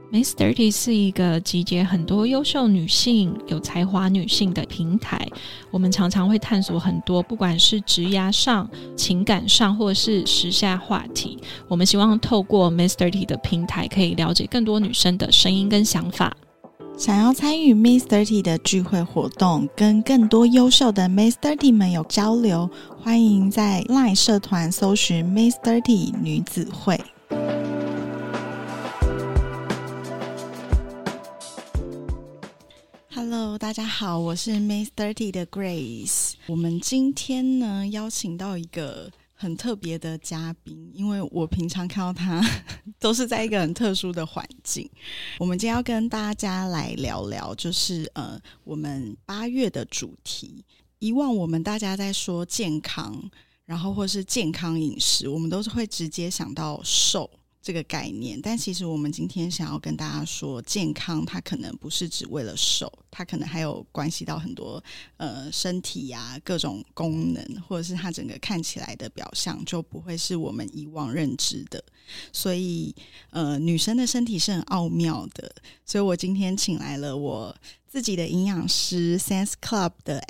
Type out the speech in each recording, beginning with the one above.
Miss30 是一个集结很多优秀女性、有才华女性的平台。我们常常会探索很多，不管是职涯上、情感上，或者是时下话题。我们希望透过 Miss30 的平台，可以了解更多女生的声音跟想法。 想要参与 Miss30 的聚会活动，跟更多优秀的 Miss30 们有交流，欢迎在 LINE 社团搜寻 Miss30 女子会。Hello， 大家好，我是 Miss30 的 Grace。我们今天呢邀请到一个很特别的嘉宾，因为我平常看到他都是在一个很特殊的环境。我们今天要跟大家来聊聊，就是我们8月的主题。以往我们大家在说健康，然后或是健康饮食，我们都是会直接想到瘦这个概念，但其实我们今天想要跟大家说，健康它可能不是只为了瘦，它可能还有关系到很多身体啊各种功能，或者是它整个看起来的表象就不会是我们以往认知的。所以女生的身体是很奥妙的，所以我今天请来了我自己的营养师 Sense Club 的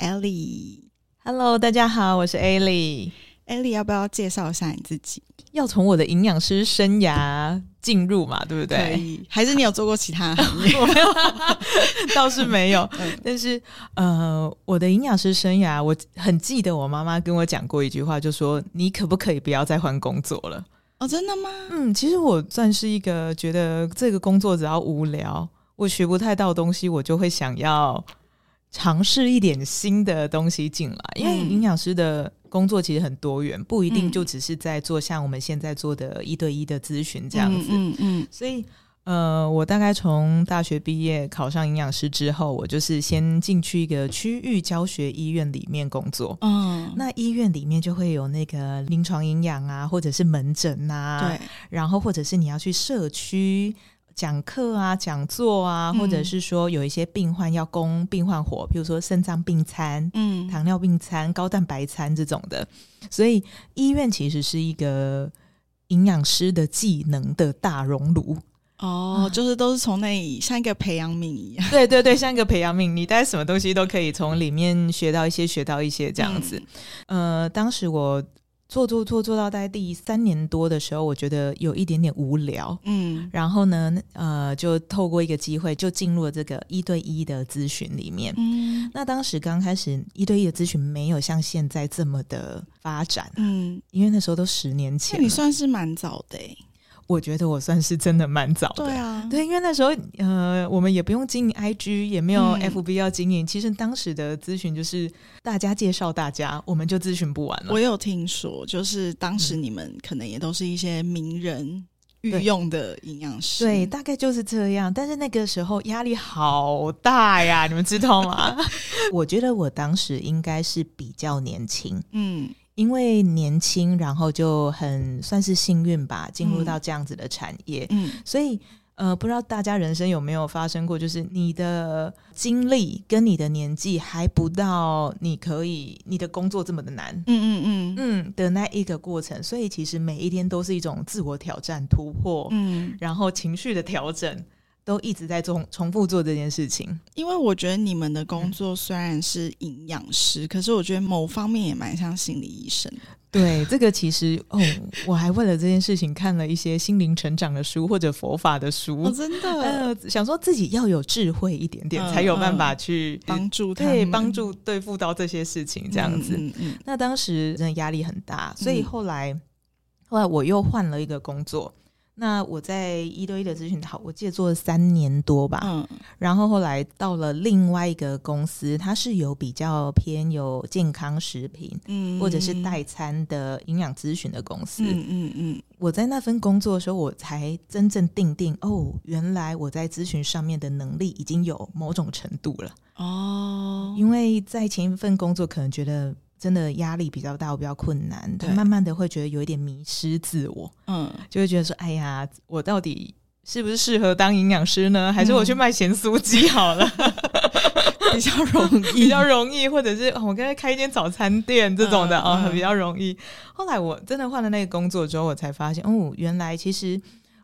Ellie。 Hello， 大家好，我是 Ellie。Ellie 要不要介绍一下你自己？ 要从我的营养师生涯进入嘛，对不对？ 可以，还是你有做过其他行业？ 倒是没有，但是我的营养师生涯，我很记得我妈妈跟我讲过一句话，就说你可不可以不要再换工作了？ 哦，真的吗？ 其实我算是一个觉得这个工作只要无聊，我学不太到东西，我就会想要尝试一点新的东西进来，因为营养师的工作其实很多元，不一定就只是在做像我们现在做的1对1的咨询这样子。所以我大概从大学毕业考上营养师之后，我就是先进去一个区域教学医院里面工作。那医院里面就会有那个临床营养啊，或者是门诊啊，对，然后或者是你要去社区讲课啊、讲座啊，或者是说有一些病患要供病患伙，比如说肾脏病餐、糖尿病餐、高蛋白餐这种的。所以医院其实是一个营养师的技能的大熔炉。 就是都是从那里像一个培养皿一样。 对对对，像一个培养皿，你大概什么东西都可以从里面学到一些这样子。当时我做到大概第3年多的时候，我觉得有一点点无聊。然后呢就透过一个机会就进入了这个1对1的咨询里面。那当时刚开始1对1的咨询没有像现在这么的发展。因为那时候都10年前了。 那你算是蛮早的耶。 我觉得我算是真的蛮早的。 对啊， 对，因为那时候我们也不用经营 IG， 也没有 FB 要经营。其实当时的咨询就是大家介绍大家，我们就咨询不完了。 我有听说，就是当时你们可能也都是一些名人御用的营养师。 对，大概就是这样。但是那个时候压力好大呀，你们知道吗？我觉得我当时应该是比较年轻。因为年轻，然后就很算是幸运吧，进入到这样子的产业。所以不知道大家人生有没有发生过，就是你的经历跟你的年纪还不到你的工作这么的难的那一个过程。所以其实每一天都是一种自我挑战、突破，然后情绪的调整，都一直在重复做这件事情。 因为我觉得你们的工作虽然是营养师，可是我觉得某方面也蛮像心理医生。 对，这个其实我还为了这件事情看了一些心灵成长的书或者佛法的书。 真的想说自己要有智慧一点点，才有办法去帮助他们， 对，帮助对付到这些事情这样子。那当时真的压力很大，所以后来我又换了一个工作。那我在1对1的咨询，我记得做了3年多吧。然后后来到了另外一个公司，它是有比较偏有健康食品，或者是代餐的营养咨询的公司。我在那份工作的时候，我才真正定原来我在咨询上面的能力已经有某种程度了。因为在前一份工作可能觉得真的压力比较大，我比较困难，慢慢的会觉得有一点迷失自我。就会觉得说哎呀，我到底是不是适合当营养师呢？还是我去卖咸酥鸡好了？ 比较容易， 或者是我刚才开一间早餐店这种的比较容易。后来我真的换了那个工作之后，我才发现原来其实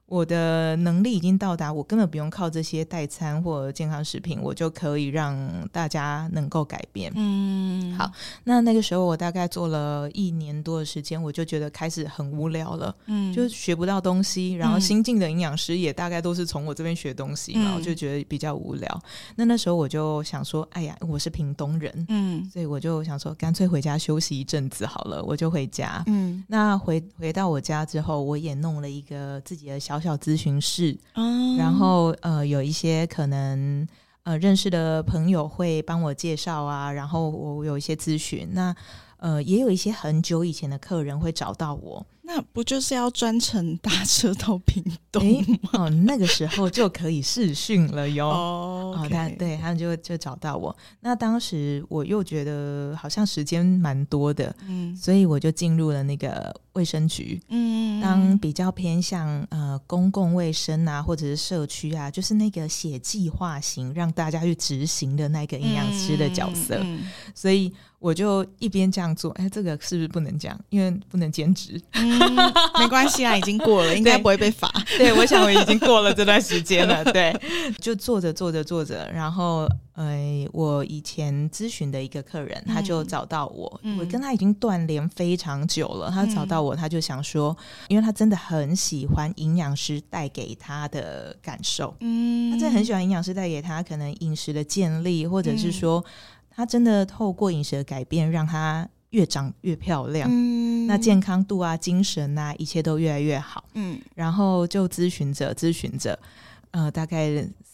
我的能力已经到达，我根本不用靠这些代餐或健康食品，我就可以让大家能够改变。好，那个时候我大概做了1年多的时间，我就觉得开始很无聊了，就学不到东西，然后新进的营养师也大概都是从我这边学东西嘛，我就觉得比较无聊。那时候我就想说，哎呀，我是屏东人，所以我就想说干脆回家休息一阵子好了，我就回家。那回到我家之后，我也弄了一个自己的小咨询室，然后有一些可能认识的朋友会帮我介绍啊，然后我有一些咨询，那也有一些很久以前的客人会找到我。 那不就是要专程搭车到屏东吗？ 那个时候就可以视讯了哟。 okay. 对，他们就找到我。那当时我又觉得好像时间蛮多的，所以我就进入了那个卫生局，当比较偏向公共卫生啊，或者是社区啊，就是那个写计划型让大家去执行的那个营养师的角色。所以我就一边这样做，这个是不是不能讲？因为不能兼职。 没关系啊，已经过了，应该不会被罚。 对，我想我已经过了这段时间了。对，就做着，然后我以前咨询的一个客人，他就找到我，我跟他已经断联非常久了。他找到我，他就想说，因为他真的很喜欢营养师带给他的感受，他真的很喜欢营养师带给他可能饮食的建立，或者是说他真的透过饮食的改变让他越长越漂亮，那健康度啊精神啊一切都越来越好。然后就咨询着大概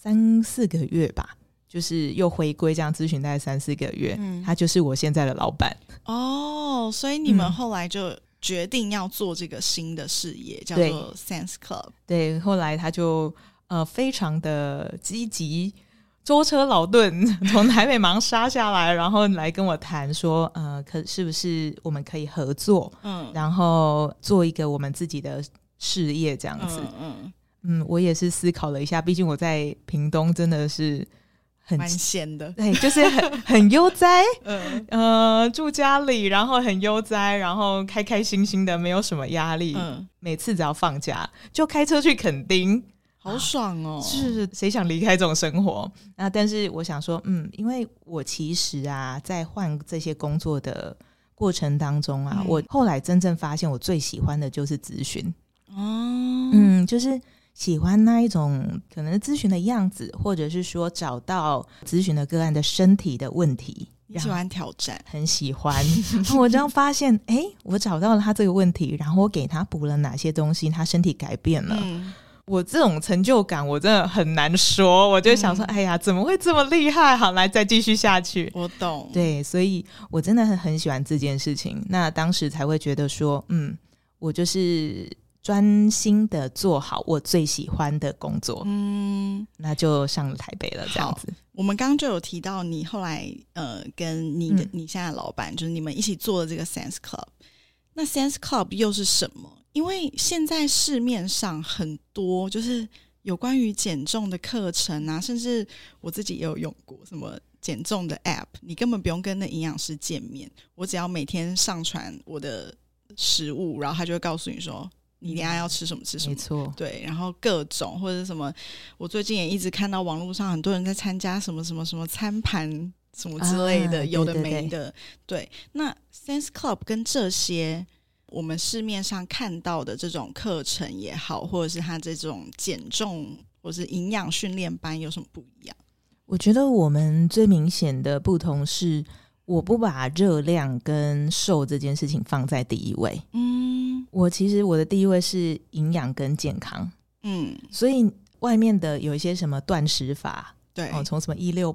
3-4个月吧，就是又回归这样咨询大概3-4个月，他就是我现在的老板。 所以你们后来就决定要做这个新的事业，叫做 Sense Club。 对，后来他就非常的积极，舟车劳顿从台北忙杀下来，然后来跟我谈说是不是我们可以合作，然后做一个我们自己的事业这样子。我也是思考了一下，毕竟我在屏东真的是蛮闲的， 对，就是很悠哉住家里，然后很悠哉，然后开开心心的，没有什么压力，每次只要放假就开车去垦丁， 好爽哦！ 是谁想离开这种生活？那但是我想说，因为我其实啊，在换这些工作的过程当中啊，我后来真正发现，我最喜欢的就是咨询。就是喜欢那一种可能咨询的样子，或者是说找到咨询的个案的身体的问题。 你喜欢挑战？ 很喜欢。我这样发现，我找到了他这个问题，然后我给他补了哪些东西，他身体改变了。我这种成就感我真的很难说，我就想说哎呀怎么会这么厉害，好来再继续下去。 我懂。 对，所以我真的很喜欢这件事情，那当时才会觉得说我就是专心的做好我最喜欢的工作，那就上了台北了这样子。 我们刚刚就有提到你后来跟你现在的老板就是你们一起做的这个 Sense Club， 那 Sense Club 又是什么？因为现在市面上很多就是有关于减重的课程啊，甚至我自己也有用过什么减重的 App， 你根本不用跟那营养师见面，我只要每天上传我的食物，然后他就会告诉你说你等一下要吃什么吃什么。 没错。 对，然后各种或者什么，我最近也一直看到网络上很多人在参加什么什么什么餐盘什么之类的，有的没的。对，那 Sense Club 跟这些我们市面上看到的这种课程也好，或者是它这种减重或是营养训练班有什么不一样？ 我觉得我们最明显的不同是，我不把热量跟瘦这件事情放在第一位。其实我的第一位是营养跟健康。所以外面的有一些什么断食法，对，从什么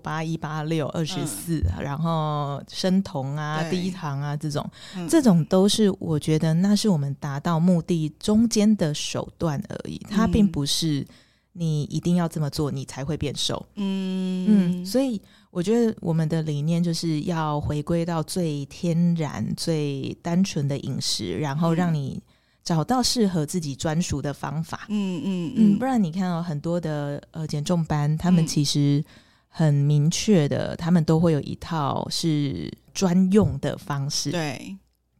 168、186、24，然后生酮啊、低糖啊这种都是我觉得那是我们达到目的中间的手段而已，它并不是你一定要这么做你才会变瘦。所以我觉得我们的理念就是要回归到最天然最单纯的饮食，然后让你找到适合自己专属的方法。不然你看很多的减重班，他们其实很明确的，他们都会有一套是专用的方式。对，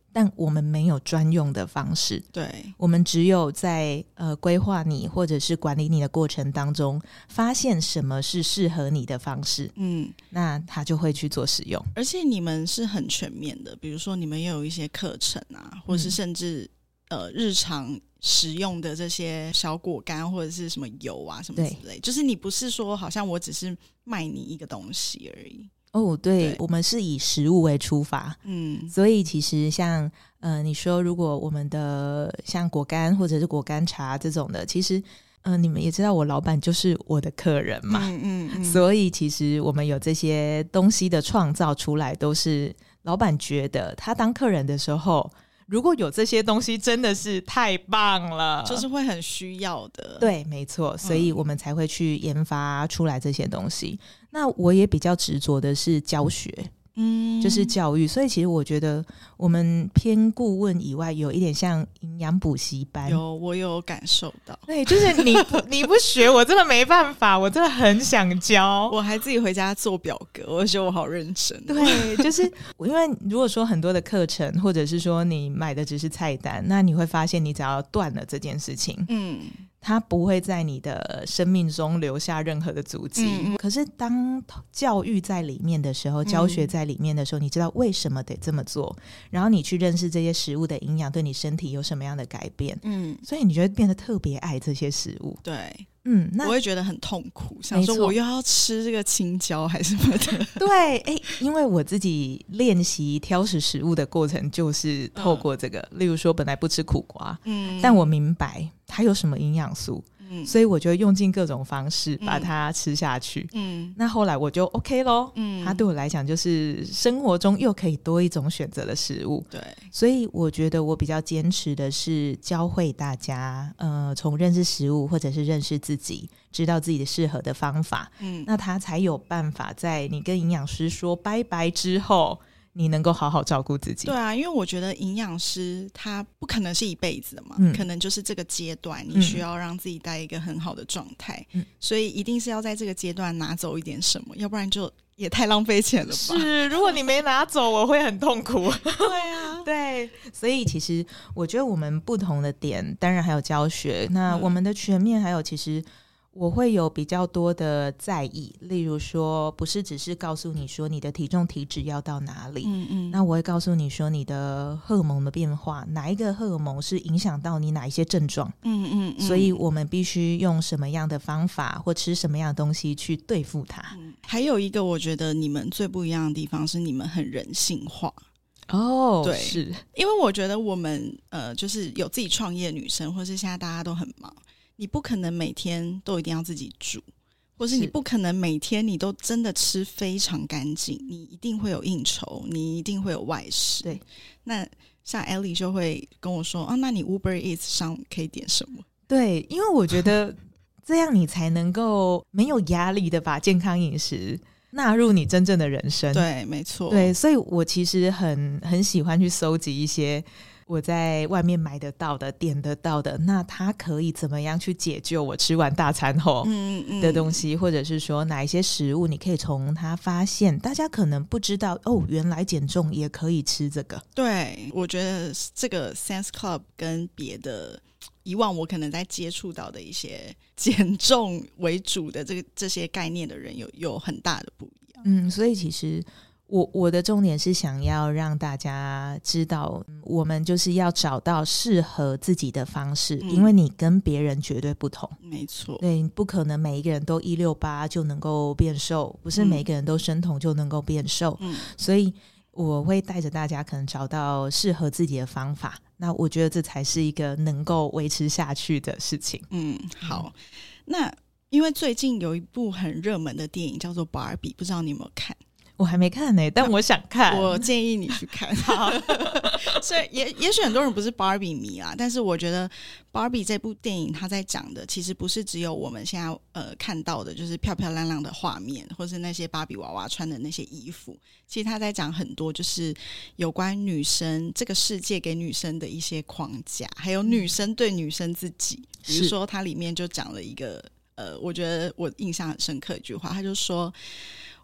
但我们没有专用的方式， 对， 我们只有在规划你或者是管理你的过程当中发现什么是适合你的方式，那他就会去做使用。 而且你们是很全面的，比如说你们也有一些课程啊，或是甚至日常使用的这些小果干或者是什么油啊什么之类，就是你不是说好像我只是卖你一个东西而已。 对，我们是以食物为出发，所以其实像你说如果我们的像果干或者是果干茶这种的，其实你们也知道我老板就是我的客人嘛，所以其实我们有这些东西的创造出来，都是老板觉得他当客人的时候，如果有这些东西真的是太棒了， 就是会很需要的。 对，没错，所以我们才会去研发出来这些东西。那我也比较执着的是教学，就是教育，所以其实我觉得我们偏顾问以外，有一点像营养补习班。 我有感受到。对， 就是你不学，我真的没办法，我真的很想教。 我还自己回家做表格，我觉得我好认真。 对，就是因为如果说很多的课程，或者是说你买的只是菜单，那你会发现你只要断了这件事情，它不会在你的生命中留下任何的足迹。可是当教育在里面的时候，教学在里面的时候，你知道为什么得这么做，然后你去认识这些食物的营养对你身体有什么样的改变，所以你就会变得特别爱这些食物。 对， 那我会觉得很痛苦，想说我又要吃这个青椒还是什么的。 对，因为我自己练习挑食食物的过程就是透过这个，例如说本来不吃苦瓜，但我明白它有什么营养素，所以我就用尽各种方式把它吃下去。那后来我就 OK 咯，它对我来讲就是生活中又可以多一种选择的食物。 对， 所以我觉得我比较坚持的是教会大家从认识食物或者是认识自己，知道自己的适合的方法，那他才有办法在你跟营养师说拜拜之后，你能够好好照顾自己。 对啊，因为我觉得营养师他不可能是一辈子的嘛，可能就是这个阶段你需要让自己在一个很好的状态，所以一定是要在这个阶段拿走一点什么，要不然就也太浪费钱了吧。 是，如果你没拿走我会很痛苦。 对啊， 对，所以其实我觉得我们不同的点当然还有教学，那我们的全面还有其实我会有比较多的在意，例如说不是只是告诉你说你的体重体脂要到哪里，那我会告诉你说你的荷尔蒙的变化，哪一个荷尔蒙是影响到你哪一些症状，所以我们必须用什么样的方法或吃什么样的东西去对付它。 还有一个我觉得你们最不一样的地方是你们很人性化。对， 是因为我觉得我们就是有自己创业的女生，或是现在大家都很忙，你不可能每天都一定要自己煮，或是你不可能每天你都真的吃非常干净，你一定会有应酬，你一定会有外食。 对， 那像 Ellie 就会跟我说那你 Uber Eats 上可以点什么？ 对，因为我觉得这样你才能够没有压力的把健康饮食纳入你真正的人生。 对，没错。 对，所以我其实很喜欢去搜集一些我在外面买得到的点得到的，那它可以怎么样去解救我吃完大餐后的东西，或者是说哪一些食物你可以从它发现大家可能不知道原来减重也可以吃这个。 对，我觉得这个 Sense Club 跟别的以往我可能在接触到的一些减重为主的这些概念的人有很大的不一样。 所以其实我的重点是想要让大家知道，我们就是要找到适合自己的方式，因为你跟别人绝对不同。 没错， 对，不可能每一个人都168就能够变瘦，不是每一个人都生酮就能够变瘦，所以我会带着大家可能找到适合自己的方法，那我觉得这才是一个能够维持下去的事情。 好，那因为最近有一部很热门的电影叫做 Barbie， 不知道你有没有看？ 我还没看呢，但我想看。 我建议你去看。好，所以也许很多人不是 Barbie 迷啦，但是我觉得 Barbie 这部电影它在讲的其实不是只有我们现在看到的就是漂漂亮亮的画面，或是那些芭比娃娃穿的那些衣服，其实它在讲很多就是有关女生这个世界给女生的一些框架，还有女生对女生自己。比如说它里面就讲了一个我觉得我印象很深刻一句话，他就说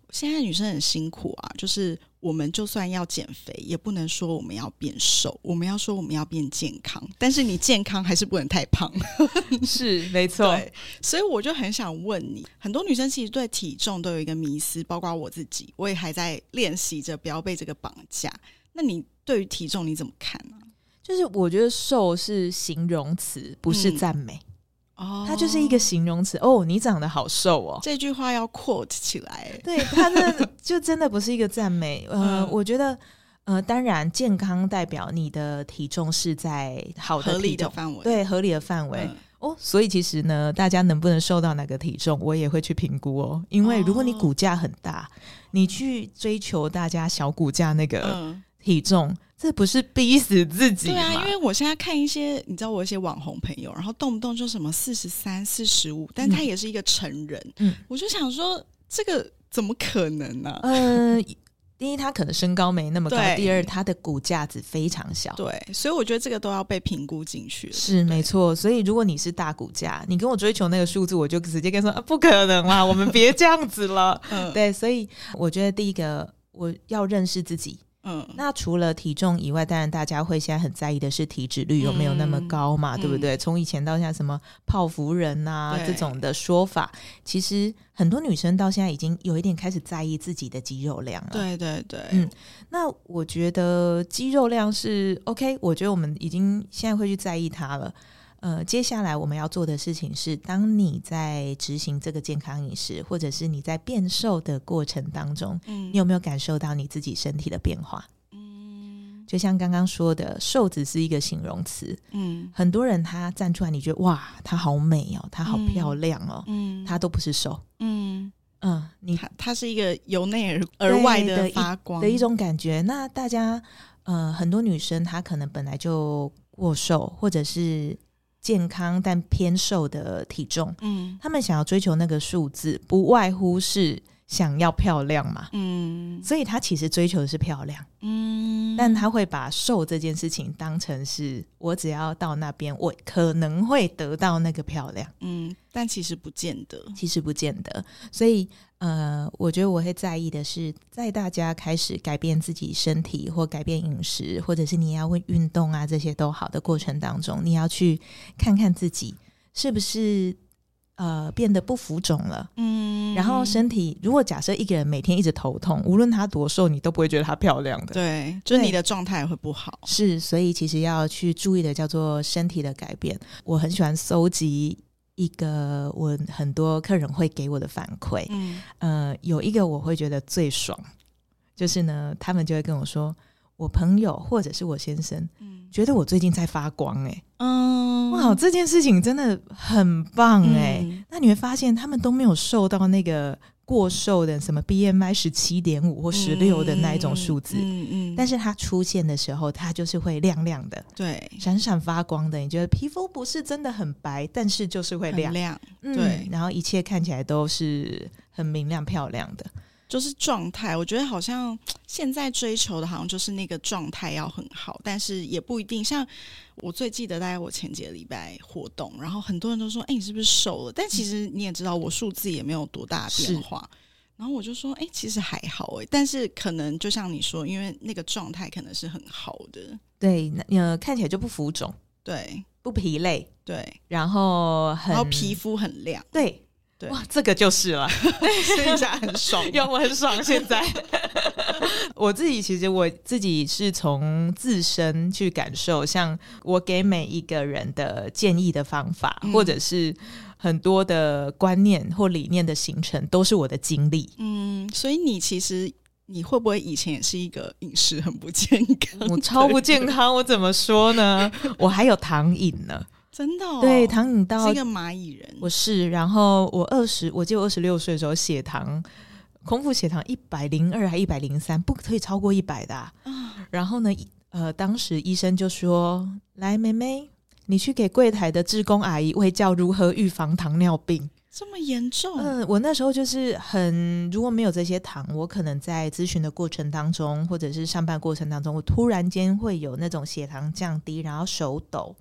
现在女生很辛苦啊，就是我们就算要减肥，也不能说我们要变瘦，我们要说我们要变健康，但是你健康还是不能太胖。 是没错。 对，所以我就很想问你，很多女生其实对体重都有一个迷思，包括我自己，我也还在练习着不要被这个绑架。那你对于体重你怎么看呢？ 就是我觉得瘦是形容词，不是赞美。它就是一个形容词。你长得好瘦哦， 这句话要 quote 起来。 对，它就真的不是一个赞美。我觉得当然健康代表你的体重是在好的体重， 合理的范围， 对，合理的范围。所以其实呢，大家能不能瘦到哪个体重我也会去评估哦。因为如果你骨架很大，你去追求大家小骨架那个体重，这不是逼死自己吗？ 对啊，因为我现在看一些，你知道我有一些网红朋友，然后动不动就什么43、45，但他也是一个成人。我就想说这个怎么可能呢？ 第一他可能身高没那么高，第二他的骨架子非常小。 对，所以我觉得这个都要被评估进去了。 是没错，所以如果你是大骨架，你跟我追求那个数字，我就直接跟你说不可能啦，我们别这样子了。对，所以我觉得第一个我要认识自己。那除了体重以外，当然大家会现在很在意的是体脂率有没有那么高嘛，对不对？从以前到现在什么泡芙人啊这种的说法，其实很多女生到现在已经有一点开始在意自己的肌肉量了。 对对对， 那我觉得肌肉量是 OK， 我觉得我们已经现在会去在意它了。接下来我们要做的事情是，当你在执行这个健康饮食，或者是你在变瘦的过程当中，你有没有感受到你自己身体的变化？就像刚刚说的，瘦只是一个形容词。很多人他站出来，你觉得哇，他好美哦，他好漂亮哦，他都不是瘦。 它是一个由内而外的发光的一种感觉。那大家很多女生她可能本来就过瘦，或者是健康但偏瘦的体重，他们想要追求那个数字，不外乎是想要漂亮嘛，所以他其实追求的是漂亮，但他会把瘦这件事情当成是我只要到那边，我可能会得到那个漂亮， 但其实不见得， 所以我觉得我会在意的是，在大家开始改变自己身体或改变饮食，或者是你要运动啊，这些都好的过程当中，你要去看看自己是不是变得不浮肿了。然后身体如果假设一个人每天一直头痛，无论他多瘦，你都不会觉得他漂亮的。 对，就是你的状态也会不好。 是，所以其实要去注意的叫做身体的改变。我很喜欢搜集一个我很多客人会给我的反馈，有一个我会觉得最爽，就是呢，他们就会跟我说，我朋友或者是我先生，觉得我最近在发光哇，这件事情真的很棒那你会发现他们都没有受到那个过瘦的什么 BMI 17.5 或16的那一种数字，但是它出现的时候，它就是会亮亮的， 对， 闪闪发光的。你觉得皮肤不是真的很白，但是就是会亮，对，然后一切看起来都是很明亮漂亮的。 就是状态，我觉得好像现在追求的好像就是那个状态要很好，但是也不一定。像我最记得大概我前几个礼拜活动，然后很多人都说你是不是瘦了，但其实你也知道我数字也没有多大变化，然后我就说其实还好但是可能就像你说，因为那个状态可能是很好的， 对，看起来就不浮肿， 对， 不疲累， 对， 然后皮肤很亮， 对，哇，这个就是了， 现在很爽， 我很爽。现在我自己是从自身去感受，像我给每一个人的建议的方法，或者是很多的观念或理念的形成，都是我的经历。 所以你会不会以前也是一个饮食很不健康？ 我超不健康，我怎么说呢？我还有糖瘾呢。 真的对，糖瘾到是一个蚂蚁人。 我是，然后我记得我26岁的时候血糖空腹血糖102还103，不可以超过100的然后呢当时医生就说，来妹妹，你去给柜台的志工阿姨卫教如何预防糖尿病。 这么严重？ 我那时候就是如果没有这些糖，我可能在咨询的过程当中，或者是上班过程当中，我突然间会有那种血糖降低，然后手抖，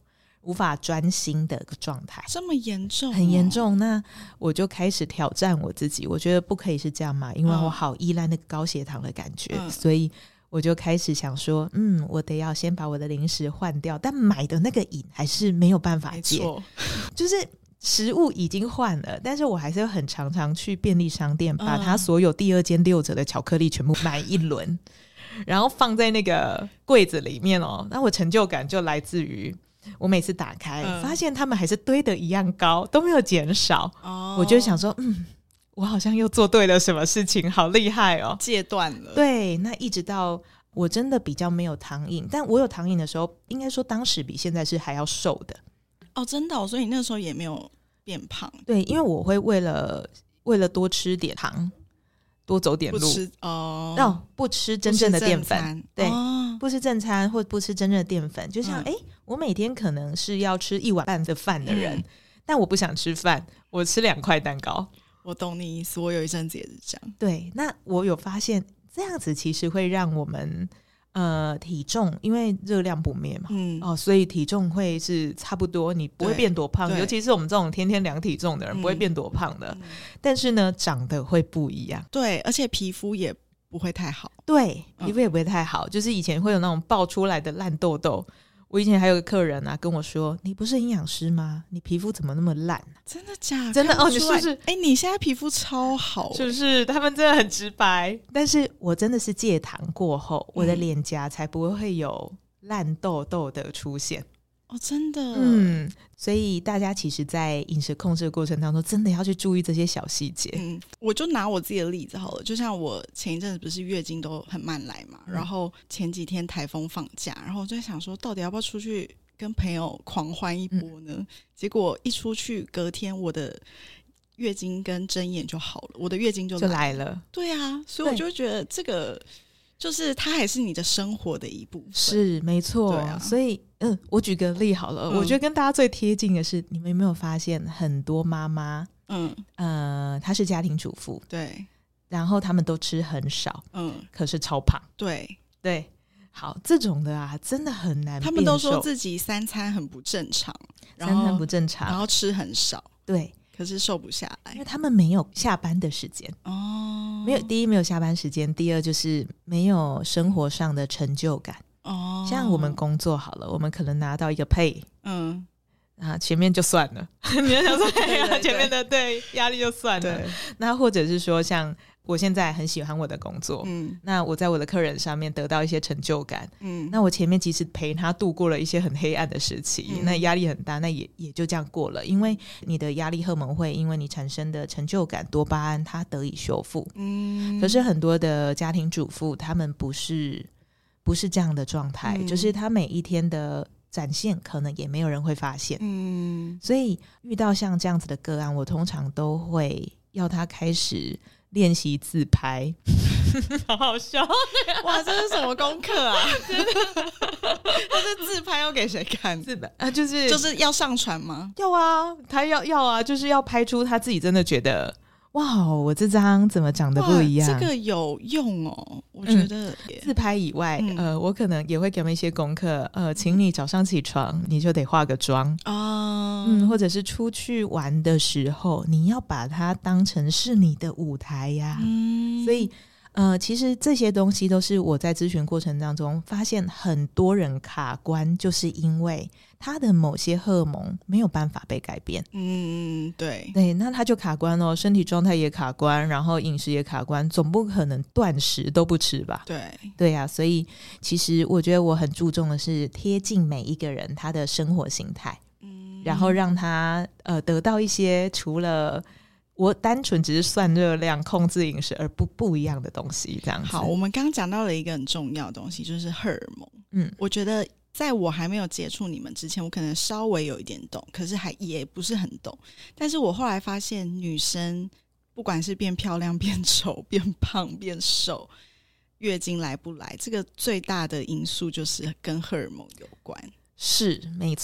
无法专心的一个状态。 这么严重？ 很严重。那我就开始挑战我自己，我觉得不可以是这样嘛，因为我好依赖那个高血糖的感觉，所以我就开始想说我得要先把我的零食换掉，但买的那个瘾还是没有办法戒，就是食物已经换了，但是我还是很常常去便利商店把它所有第二间6折的巧克力全部买一轮然后放在那个柜子里面那我成就感就来自于我每次打开发现他们还是堆得一样高，都没有减少我就想说我好像又做对了什么事情，好厉害戒断了。 对，那一直到我真的比较没有糖瘾，但我有糖瘾的时候应该说当时比现在是还要瘦的真的所以你那时候也没有变胖？ 对，因为我会为了多吃点糖多走点路，不吃真正的淀粉，对，不吃正餐或不吃真正的淀粉，就像我每天可能是要吃1碗半的饭的人但我不想吃饭，我吃2块蛋糕。 我懂你意思，我有一阵子也是这样。 对，那我有发现这样子其实会让我们体重，因为热量不灭嘛所以体重会是差不多，你不会变多胖，尤其是我们这种天天量体重的人不会变多胖的但是呢长得会不一样。 对，而且皮肤也不会太好。 对，皮肤也不会太好就是以前会有那种爆出来的烂痘痘。我以前还有个客人跟我说，你不是营养师吗？你皮肤怎么那么烂真的假的？ 真的你是不是你现在皮肤超好是不是？他们真的很直白。但是我真的是戒糖过后我的脸颊才不会有烂痘痘的出现真的所以大家其实在饮食控制的过程当中真的要去注意这些小细节我就拿我自己的例子好了，就像我前一阵子不是月经都很慢来嘛然后前几天台风放假，然后我就在想说到底要不要出去跟朋友狂欢一波呢结果一出去隔天我的月经跟针眼就好了，我的月经就来了。对啊，所以我就觉得这个就是它还是你的生活的一部分。是没错所以我举个例好了我觉得跟大家最贴近的是你们有没有发现很多妈妈她是家庭主妇，对，然后他们都吃很少可是超胖。对对，好，这种的真的很难变瘦。 他们都说自己3餐很不正常， 三餐不正常， 然后吃很少， 对， 可是瘦不下来， 因为他们没有下班的时间没有，第一没有下班时间，第二就是没有生活上的成就感像我们工作好了，我们可能拿到一个 pay 前面就算了你就想说前面的对压力就算了。那或者是说像我现在很喜欢我的工作那我在我的客人上面得到一些成就感那我前面其实陪他度过了一些很黑暗的时期那压力很大，那也就这样过了，因为你的压力荷尔蒙会因为你产生的成就感多巴胺它得以修复可是很多的家庭主妇他们不是这样的状态就是他每一天的展现可能也没有人会发现所以遇到像这样子的个案我通常都会要他开始练习自拍好好笑哇这是什么功课啊他是自拍要给谁看？ 自拍就是要上传吗？ 要啊，他要啊，就是要拍出他自己真的觉得哇我这张怎么长得不一样。 这个有用我觉得自拍以外我可能也会给他们一些功课请你早上起床你就得化个妆或者是出去玩的时候你要把它当成是你的舞台呀所以其实这些东西都是我在咨询过程当中发现很多人卡关就是因为他的某些荷尔蒙没有办法被改变对，那他就卡关了，身体状态也卡关，然后饮食也卡关，总不可能断食都不吃吧。对啊，所以其实我觉得我很注重的是贴近每一个人他的生活形态然后让他得到一些除了我单纯只是算热量控制饮食而不一样的东西这样子。 好，我们刚刚讲到了一个很重要的东西就是荷尔蒙我觉得在我还没有接触你们之前我可能稍微有一点懂，可是也不是很懂，但是我后来发现女生不管是变漂亮变丑变胖变瘦月经来不来这个最大的因素就是跟荷尔蒙有关。 是没错，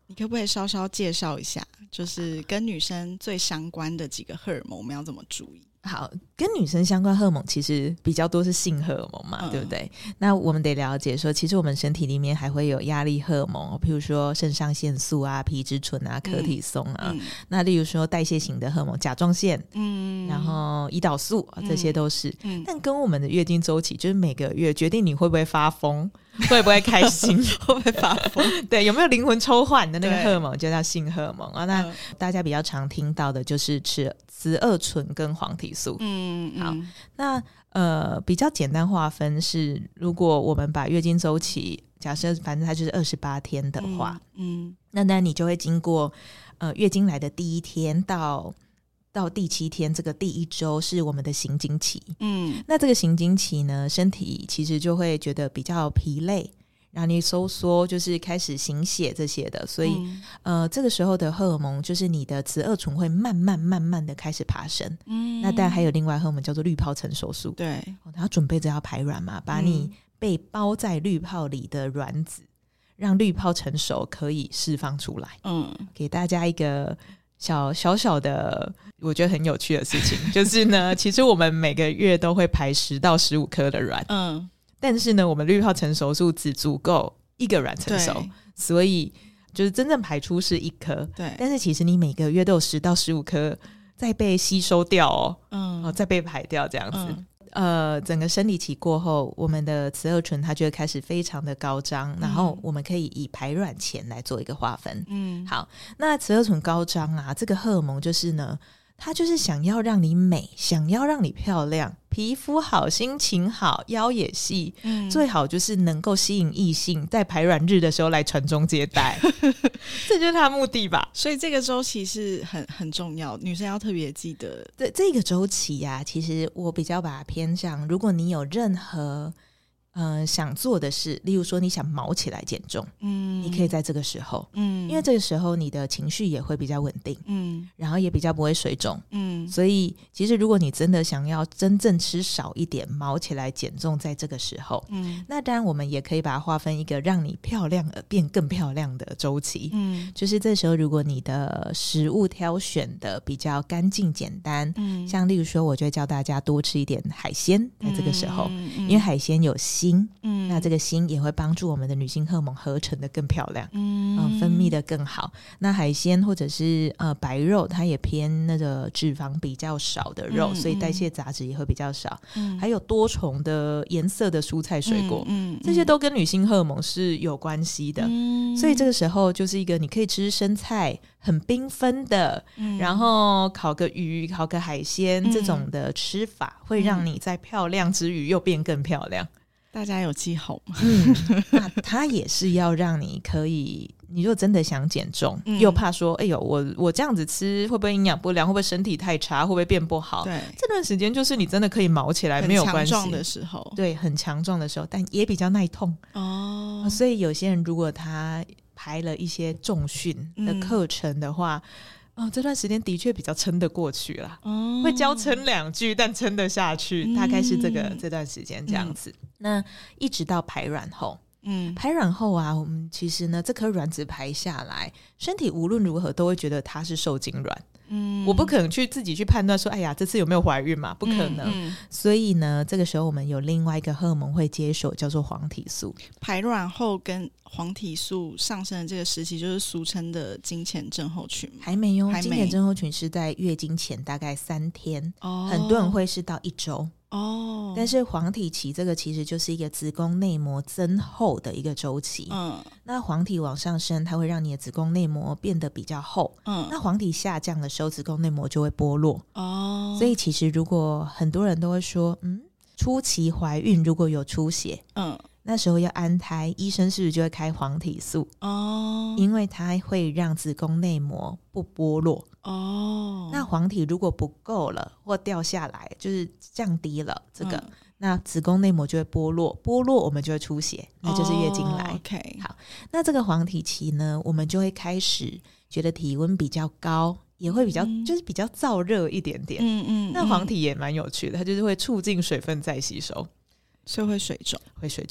你可不可以稍稍介绍一下，就是跟女生最相关的几个荷尔蒙我们要怎么注意？ 好，跟女生相关荷尔蒙其实比较多是性荷尔蒙嘛，对不对？那我们得了解说，其实我们身体里面还会有压力荷尔蒙，譬如说肾上腺素啊、皮质醇啊、可体松啊，那例如说代谢型的荷尔蒙甲状腺，然后胰岛素，这些都是。但跟我们的月经周期，就是每个月决定你会不会发疯，会不会开心， 会不会发疯？ 对，有没有灵魂抽换的那个荷尔蒙就叫性荷尔蒙啊。那大家比较常听到的就是雌二醇跟黄体素。好，那比较简单划分是，如果我们把月经周期假设反正它就是28天的话，那当然你就会经过月经来的第一天到第7天，这个第1周是我们的行经期。那这个行经期呢，身体其实就会觉得比较疲累，然后你收缩，就是开始行血这些的，所以这个时候的荷尔蒙就是你的雌二醇会慢慢的开始爬升。那当然还有另外荷尔蒙叫做滤泡成熟素， 对， 它准备着要排卵嘛，把你被包在滤泡里的卵子让滤泡成熟，可以释放出来。给大家一个小的我觉得很有趣的事情就是呢，其实我们每个月都会排10到15颗的卵，但是呢我们滤泡成熟素只足够1个卵成熟，所以就是真正排出是1颗，对，但是其实你每个月都有10到15颗再被吸收掉再被排掉这样子。整个生理期过后，我们的雌二醇它就会开始非常的高涨，然后我们可以以排卵前来做一个划分。好，那雌二醇高涨啊，这个荷尔蒙就是呢，它就是想要让你美，想要让你漂亮，皮肤好，心情好，腰也细，最好就是能够吸引异性在排卵日的时候来传宗接代这就是它的目的吧。 所以这个周期是很重要，女生要特别记得。 对，这个周期啊，其实我比较把它偏向，如果你有任何想做的事，例如说你想毛起来减重，你可以在这个时候，因为这个时候你的情绪也会比较稳定，然后也比较不会水肿，所以其实如果你真的想要真正吃少一点，毛起来减重，在这个时候，那当然我们也可以把它划分一个让你漂亮而变更漂亮的周期，就是这时候如果你的食物挑选的比较干净简单，像例如说我就会教大家多吃一点海鲜，在这个时候，因为海鲜有锌，那这个锌也会帮助我们的女性荷尔蒙合成的更漂亮，分泌的更好。那海鲜或者是白肉，它也偏那个脂肪比较少的肉，所以代谢杂质也会比较少，还有多重的颜色的蔬菜水果，这些都跟女性荷尔蒙是有关系的，所以这个时候就是一个你可以吃生菜很缤纷的，然后烤个鱼烤个海鲜，这种的吃法会让你在漂亮之余又变更漂亮。 大家有记好吗？ 那它也是要让你可以，你如果真的想减重，又怕说哎呦我这样子吃会不会营养不良，会不会身体太差，会不会变不好，对，这段时间就是你真的可以毛起来没有关系， 很强壮的时候，对， 很强壮的时候，但也比较耐痛所以有些人如果他排了一些重训的课程的话，这段时间的确比较撑得过去啦，会教撑2句但撑得下去，大概是这段时间这样子。那一直到排卵后，排卵后啊，我们其实呢这颗卵子排下来，身体无论如何都会觉得它是受精卵，我不可能自己去判断说哎呀这次有没有怀孕嘛，不可能，所以呢这个时候我们有另外一个荷尔蒙会接手，叫做黄体素。 排卵后跟黄体素上升的这个时期就是俗称的经前症候群吗？ 还没有，经前症候群是在月经前大概3天，很多人会是到1周但是黄体期这个其实就是一个子宫内膜增厚的一个周期，那黄体往上升，它会让你的子宫内膜变得比较厚，那黄体下降的时候，子宫内膜就会剥落所以其实如果很多人都会说初期怀孕如果有出血那时候要安胎，医生是不是就会开黄体素因为它会让子宫内膜不剥落那黄体如果不够了或掉下来，就是降低了这个那子宫内膜就会剥落我们就会出血，那就是月经来 okay 好，那这个黄体期呢，我们就会开始觉得体温比较高，也会比较就是比较燥热一点点那黄体也蛮有趣的，它就是会促进水分再吸收， 所以会水肿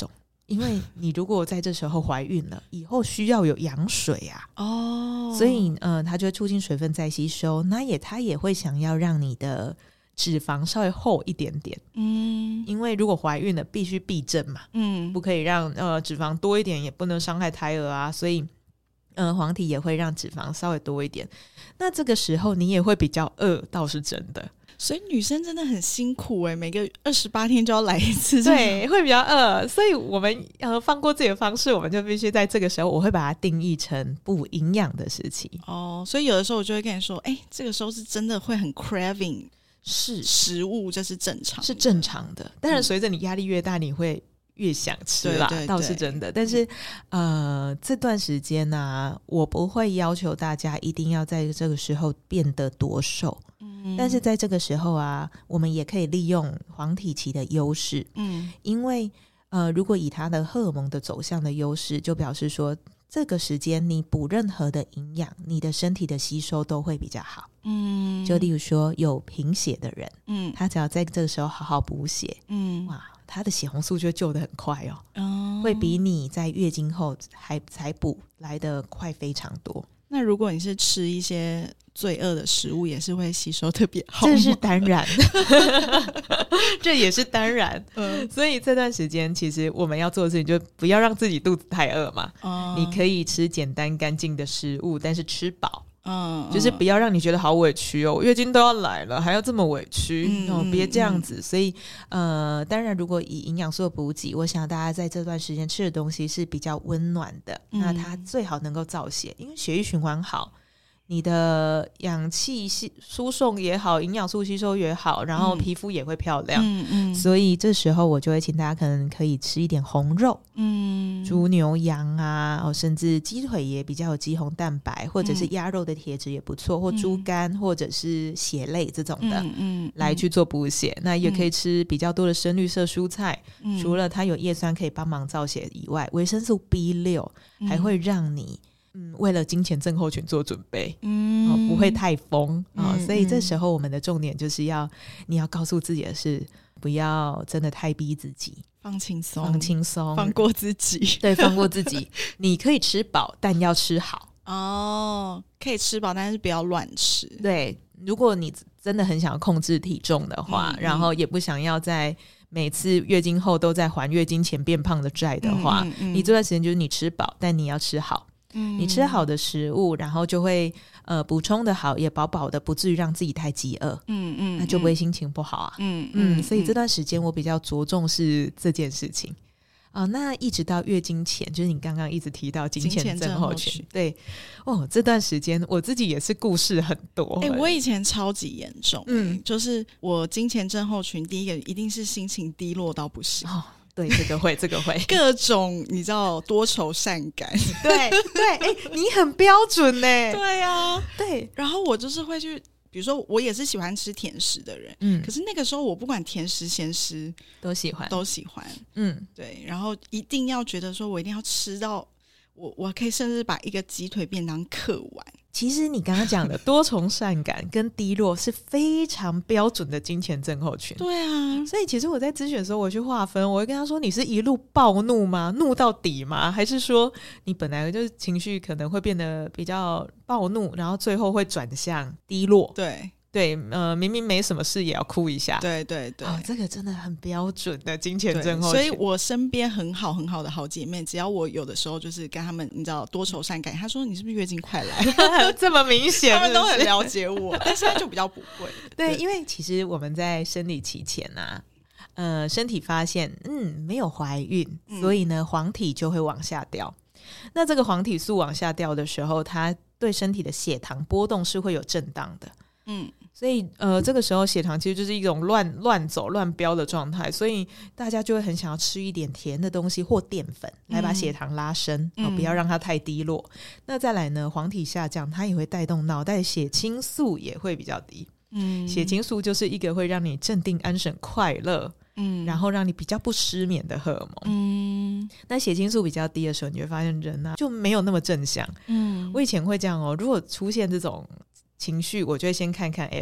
因为你如果在这时候怀孕了，以后需要有羊水啊，所以它就会促进水分再吸收，那它也会想要让你的脂肪稍微厚一点点，因为如果怀孕了必须避震嘛，不可以让脂肪多一点，也不能伤害胎儿啊，所以黄体也会让脂肪稍微多一点，那这个时候你也会比较饿，倒是真的。 所以女生真的很辛苦欸，每个28天就要来一次， 对，会比较饿，所以我们放过自己的方式，我们就必须在这个时候，我会把它定义成不营养的时期。 所以有的时候我就会跟你说，这个时候是真的会很 craving 是食物，这是正常的， 是正常的。当然随着你压力越大，你会越想吃啦， 对对对， 倒是真的。但是这段时间啊，我不会要求大家一定要在这个时候变得多瘦，但是在这个时候啊，我们也可以利用黄体期的优势，因为如果以它的荷尔蒙的走向的优势，就表示说这个时间你补任何的营养，你的身体的吸收都会比较好。就例如说有贫血的人，他只要在这个时候好好补血，哇，他的血红素就救得很快会比你在月经后才补来得快非常多。 那如果你是吃一些罪恶的食物，也是会吸收特别好吗？ 这是当然这也是当然所以这段时间其实我们要做的事情就不要让自己肚子太饿嘛，你可以吃简单干净的食物，但是吃饱，就是不要让你觉得好委屈哦，月经都要来了还要这么委屈，别这样子。所以当然如果以营养素的补给，我想大家在这段时间吃的东西是比较温暖的，那它最好能够造血，因为血液循环好，你的氧气输送也好，营养素吸收也好，然后皮肤也会漂亮，所以这时候我就会请大家可能可以吃一点红肉，猪牛羊啊，甚至鸡腿也比较有肌红蛋白，或者是鸭肉的铁质也不错，或猪肝或者是血类这种的，来去做补血。那也可以吃比较多的深绿色蔬菜，除了它有叶酸可以帮忙造血以外，维生素 B6 还会让你为了经前症候群做准备，不会太疯所以这时候我们的重点就是你要告诉自己的是，不要真的太逼自己， 放轻松，放过自己。 对，放过自己你可以吃饱，但要吃好可以吃饱，但是不要乱吃。 对，如果你真的很想要控制体重的话，然后也不想要在每次月经后都在还月经前变胖的债的话，你这段时间就是你吃饱，但你要吃好，你吃好的食物，然后就会补充的好，也饱饱的，不至于让自己太饥饿，那就不会心情不好啊。所以这段时间我比较着重是这件事情那一直到月经前，就是你刚刚一直提到经前症候群，对这段时间我自己也是故事很多我以前超级严重就是我经前症候群，第一个一定是心情低落到不行对，这个会各种你知道多愁善感对你很标准耶对啊， 对， 然后我就是会去，比如说我也是喜欢吃甜食的人可是那个时候我不管甜食咸食都喜欢对，然后一定要觉得说我一定要吃到我可以甚至把一个鸡腿便当嗑完。 其实你刚刚讲的多愁善感跟低落是非常标准的经前症候群。 对啊， 所以其实我在咨询的时候，我去划分，我会跟他说，你是一路暴怒吗？怒到底吗？还是说你本来就是情绪可能会变得比较暴怒，然后最后会转向低落？对，明明没什么事也要哭一下。 对这个真的很标准的经前症候群。 所以我身边很好的好姐妹，只要我有的时候就是跟他们你知道多愁善感，她说你是不是月经快来这么明显他们都很了解我但现在就比较不会对，因为其实我们在生理期前身体发现没有怀孕所以呢黄体就会往下掉。那这个黄体素往下掉的时候，它对身体的血糖波动是会有震荡的所以这个时候血糖其实就是一种乱走乱飙的状态，所以大家就会很想要吃一点甜的东西或淀粉来把血糖拉升不要让它太低落。那再来呢，黄体下降它也会带动脑袋血清素也会比较低血清素就是一个会让你镇定安神快乐然后让你比较不失眠的荷尔蒙那血清素比较低的时候，你会发现人就没有那么正向我以前会这样如果出现这种情绪，我就会先看看 app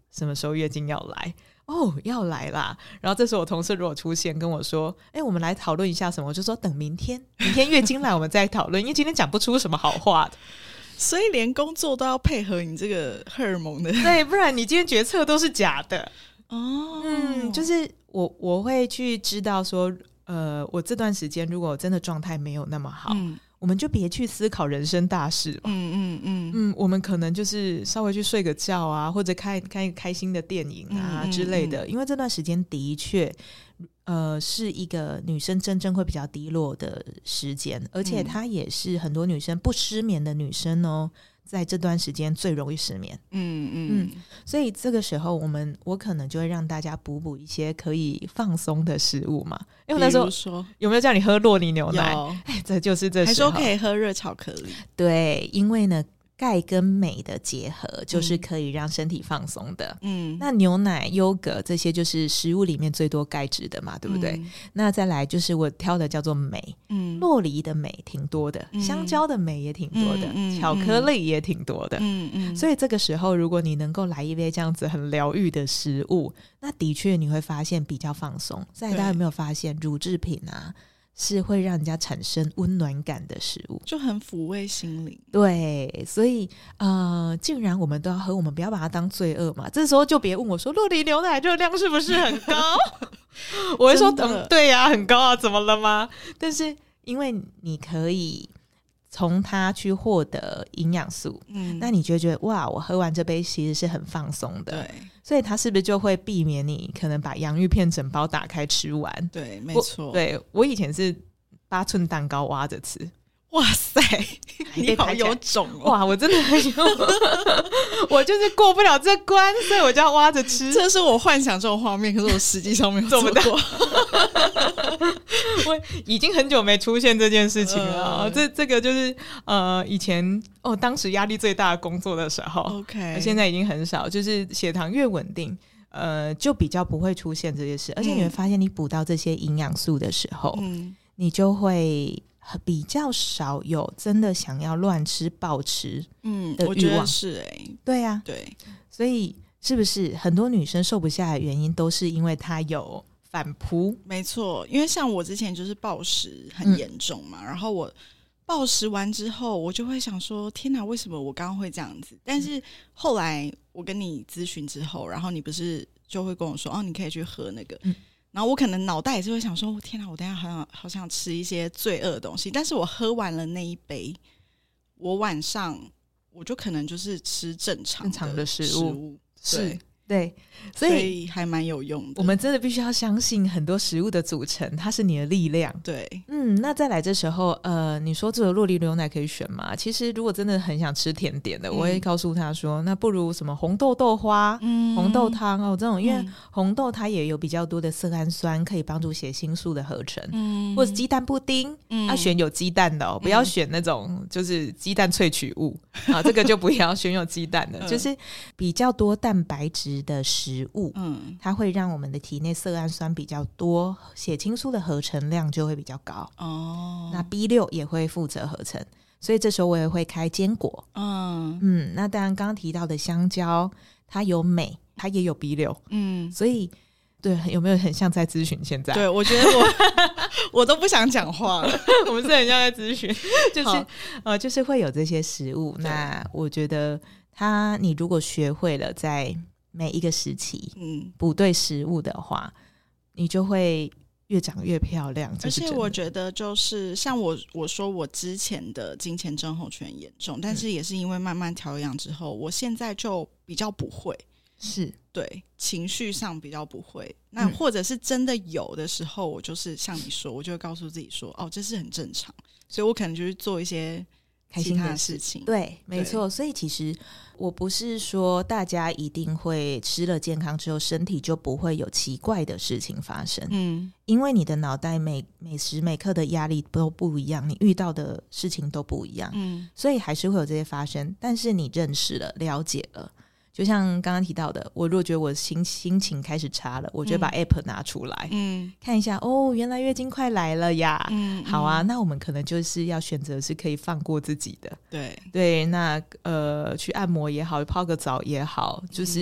什么时候月经要来？哦，要来啦。然后这时候我同事如果出现跟我说我们来讨论一下什么，我就说等明天月经来我们再讨论，因为今天讲不出什么好话的。 所以连工作都要配合你这个荷尔蒙的， 对，不然你今天决策都是假的。就是我会去知道说我这段时间如果真的状态没有那么好，我们就别去思考人生大事吧。我们可能就是稍微去睡个觉啊，或者看一个开心的电影啊之类的。因为这段时间的确是一个女生真正会比较低落的时间，而且它也是很多女生不失眠的女生哦，在这段时间最容易失眠。所以这个时候我可能就会让大家补一些可以放松的食物嘛。因为那时候有没有叫你喝洛梨牛奶？这就是这时候。 还说可以喝热巧克力。 对，因为呢钙跟镁的结合就是可以让身体放松的。那牛奶、优格这些就是食物里面最多钙质的嘛，对不对？那再来就是我挑的叫做镁，酪梨的镁挺多的，香蕉的镁也挺多的，巧克力也挺多的。所以这个时候如果你能够来一杯这样子很疗愈的食物，那的确你会发现比较放松。再来大家有没有发现乳制品啊是会让人家产生温暖感的食物， 就很抚慰心灵。 对，所以既然我们都要喝，我们不要把它当罪恶嘛。这时候就别问我说酪梨牛奶热量是不是很高我会说对呀，很高啊，怎么了吗？但是因为你可以从它去获得营养素，那你就会觉得哇，我喝完这杯其实是很放松的。对，所以它是不是就会避免你可能把洋芋片整包打开吃完？ 对，没错。 对，我以前是8寸蛋糕挖着吃。 哇塞，你好有种哦！ 哇，我真的很有我就是过不了这关，所以我就要挖着吃。 这是我幻想这种画面，可是我实际上没有做过我已经很久没出现这件事情了。这个就是以前当时压力最大的工作的时候 OK， 现在已经很少，就是血糖越稳定就比较不会出现这些事。而且你会发现你补到这些营养素的时候你就会比较少有真的想要乱吃暴吃的欲望。 我觉得是对啊， 对， 所以是不是很多女生瘦不下来的原因都是因为她有反扑？ 没错，因为像我之前就是暴食很严重嘛，然后我暴食完之后我就会想说天哪，为什么我刚刚会这样子？但是后来我跟你咨询之后，然后你不是就会跟我说你可以去喝那个然后我可能脑袋也是会想说天哪，我等一下好想吃一些罪恶的东西，但是我喝完了那一杯，我晚上我就可能就是吃正常的食物。 是，对，所以还蛮有用的。 我们真的必须要相信很多食物的组成它是你的力量。 对， 那再来这时候你说这个酪梨牛奶可以选吗？其实如果真的很想吃甜点的我会告诉他说那不如什么红豆豆花红豆汤这种，因为红豆它也有比较多的色氨酸可以帮助血清素的合成或者鸡蛋布丁要选有鸡蛋的不要选那种就是鸡蛋萃取物这个就不要选有鸡蛋的就是比较多蛋白质的食物它会让我们的体内色氨酸比较多，血清素的合成量就会比较高那 B6 也会负责合成，所以这时候我也会开坚果那当然刚刚提到的香蕉它有镁它也有 B6 所以对，有没有很像在咨询？现在对，我觉得我都不想讲话了我们是很像在咨询就是会有这些食物。那我觉得你如果学会了在每一个时期补对食物的话你就会越长越漂亮。 而且我觉得就是像我说我之前的经前症候群严重但是也是因为慢慢调养之后我现在就比较不会， 是对情绪上比较不会那或者是真的有的时候我就是像你说我就会告诉自己说这是很正常，所以我可能就是做一些开心的事情。 对，没错。所以其实我不是说大家一定会吃了健康之后身体就不会有奇怪的事情发生因为你的脑袋每时每刻的压力都不一样，你遇到的事情都不一样所以还是会有这些发生。但是你认识了了解了，就像刚刚提到的，我如果觉得我心情开始差了我就把 app 拿出来看一下原来月经快来了呀好啊，那我们可能就是要选择是可以放过自己的。对，那去按摩也好泡个澡也好，就是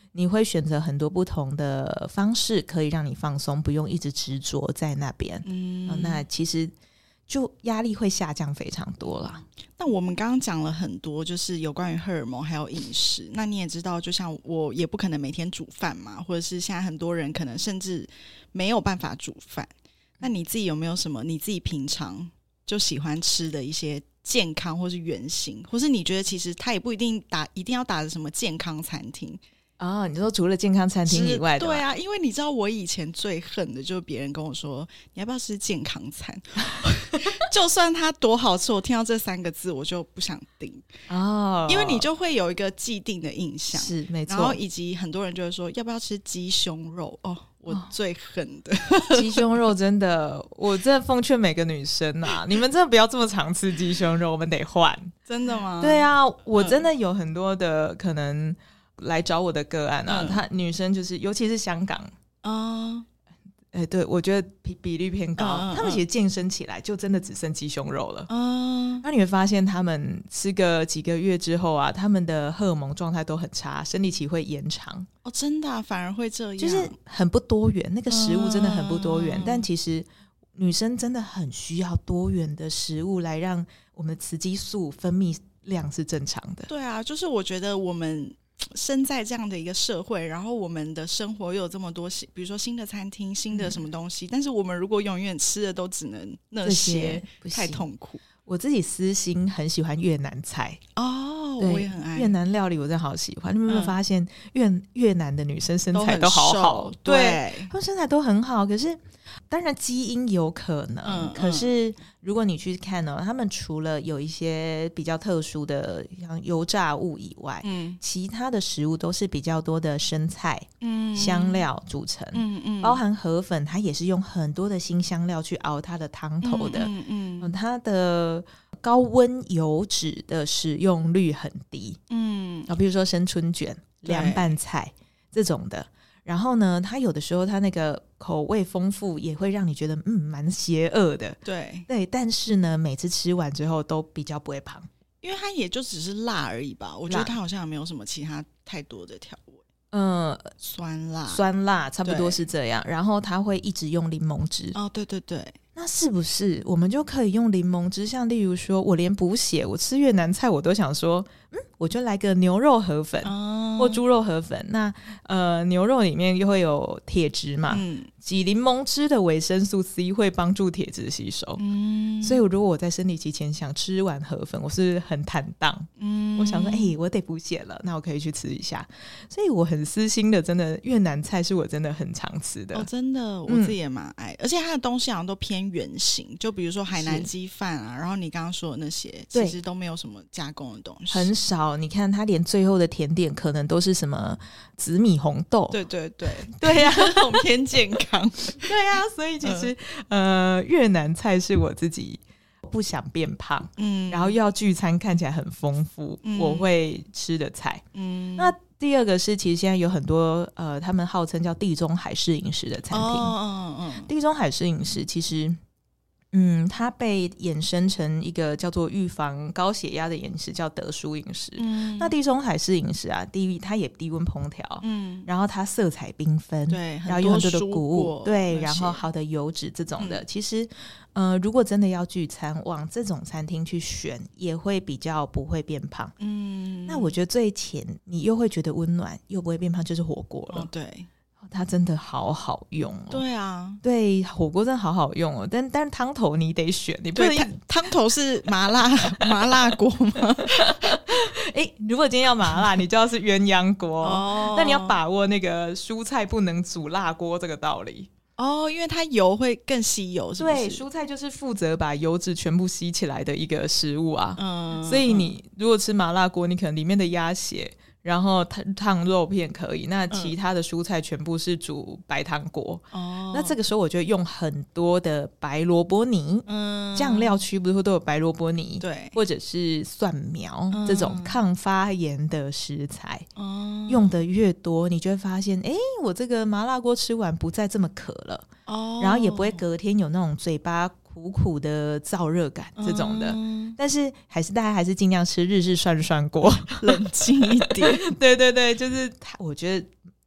你会选择很多不同的方式可以让你放松，不用一直执着在那边。那其实就压力会下降非常多啦。 那我们刚刚讲了很多就是有关于荷尔蒙还有饮食，那你也知道就像我也不可能每天煮饭嘛，或者是现在很多人可能甚至没有办法煮饭，那你自己有没有什么你自己平常就喜欢吃的一些健康或是原型，或是你觉得其实它也不一定要打着什么健康餐厅你说除了健康餐厅以外的？ 对啊，因为你知道我以前最恨的就是别人跟我说你要不要吃健康餐就算它多好吃，我听到这3个字我就不想订因为你就会有一个既定的印象， 是没错。 然后以及很多人就会说要不要吃鸡胸肉我最恨的鸡胸肉真的，我真的奉劝每个女生啊，你们真的不要这么常吃鸡胸肉，我们得换。 真的吗？ 对啊，我真的有很多的可能来找我的个案啊，她女生就是尤其是香港对，我觉得比率偏高，他们其实健身起来就真的只剩鸡胸肉了那你会发现他们吃个几个月之后啊，他们的荷尔蒙状态都很差，生理期会延长真的反而会这样， 就是很不多元，那个食物真的很不多元但其实女生真的很需要多元的食物来让我们的雌激素分泌量是正常的。 对啊，就是我觉得我们身在这样的一个社会，然后我们的生活又有这么多比如说新的餐厅新的什么东西但是我们如果永远吃的都只能那些太痛苦。 我自己私心很喜欢越南菜我也很爱越南料理，我真的好喜欢。你们有没有发现越南的女生身材都好好？ 对， 她们身材都很好，可是当然基因有可能可是如果你去看他们除了有一些比较特殊的像油炸物以外其他的食物都是比较多的生菜香料组成包含河粉，它也是用很多的辛香料去熬它的汤头的它的高温油脂的使用率很低比如说生春卷凉拌菜这种的，然后呢它有的时候它那个口味丰富也会让你觉得蛮邪恶的对，但是呢每次吃完之后都比较不会胖， 因为它也就只是辣而已吧，我觉得它好像也没有什么其他太多的调味酸辣差不多是这样，然后它会一直用柠檬汁对对对， 那是不是我们就可以用柠檬汁，像例如说我连补血我吃越南菜我都想说我就来个牛肉河粉或猪肉河粉，那牛肉里面又会有铁质嘛挤柠檬汁的维生素 C 会帮助铁质吸收所以如果我在生理期前想吃完河粉我是很坦荡我想说我得补血了，那我可以去吃一下，所以我很私心的真的越南菜是我真的很常吃的真的我自己也蛮爱而且它的东西好像都偏原形，就比如说海南鸡饭然后你刚刚说的那些其实都没有什么加工的东西， 很少，你看它连最后的甜点可能都是什么紫米红豆， 对对对对呀这种偏健康对呀所以其实越南菜是我自己不想变胖然后又要聚餐看起来很丰富我会吃的菜那第二个是其实现在有很多他们号称叫地中海式饮食的餐厅地中海式饮食其实它被衍生成一个叫做预防高血压的饮食叫德叔饮食那地中海式饮食啊它也低温烹调然后它色彩缤纷对， 然后有很多的蔬谷物果对，然后好的油脂这种的其实如果真的要聚餐往这种餐厅去选也会比较不会变胖那我觉得最前你又会觉得温暖又不会变胖就是火锅了对它真的好好用对啊对，火锅真的好好用但是汤头你得选，你不能汤头是麻辣锅吗如果今天要麻辣你就要是鸳鸯锅但你要把握那个蔬菜不能煮辣锅这个道理因为它油会更吸油是不是？ 对，蔬菜就是负责把油脂全部吸起来的一个食物啊所以你如果吃麻辣锅你可能里面的鸭血然后烫肉片可以，那其他的蔬菜全部是煮白汤锅那这个时候我就用很多的白萝卜泥酱料区不是都有白萝卜泥对， 或者是蒜苗这种抗发炎的食材用的越多你就会发现我这个麻辣锅吃完不再这么渴了然后也不会隔天有那种嘴巴苦苦的燥热感这种的但是大家还是尽量吃日式涮锅冷静一点对对对，就是我觉得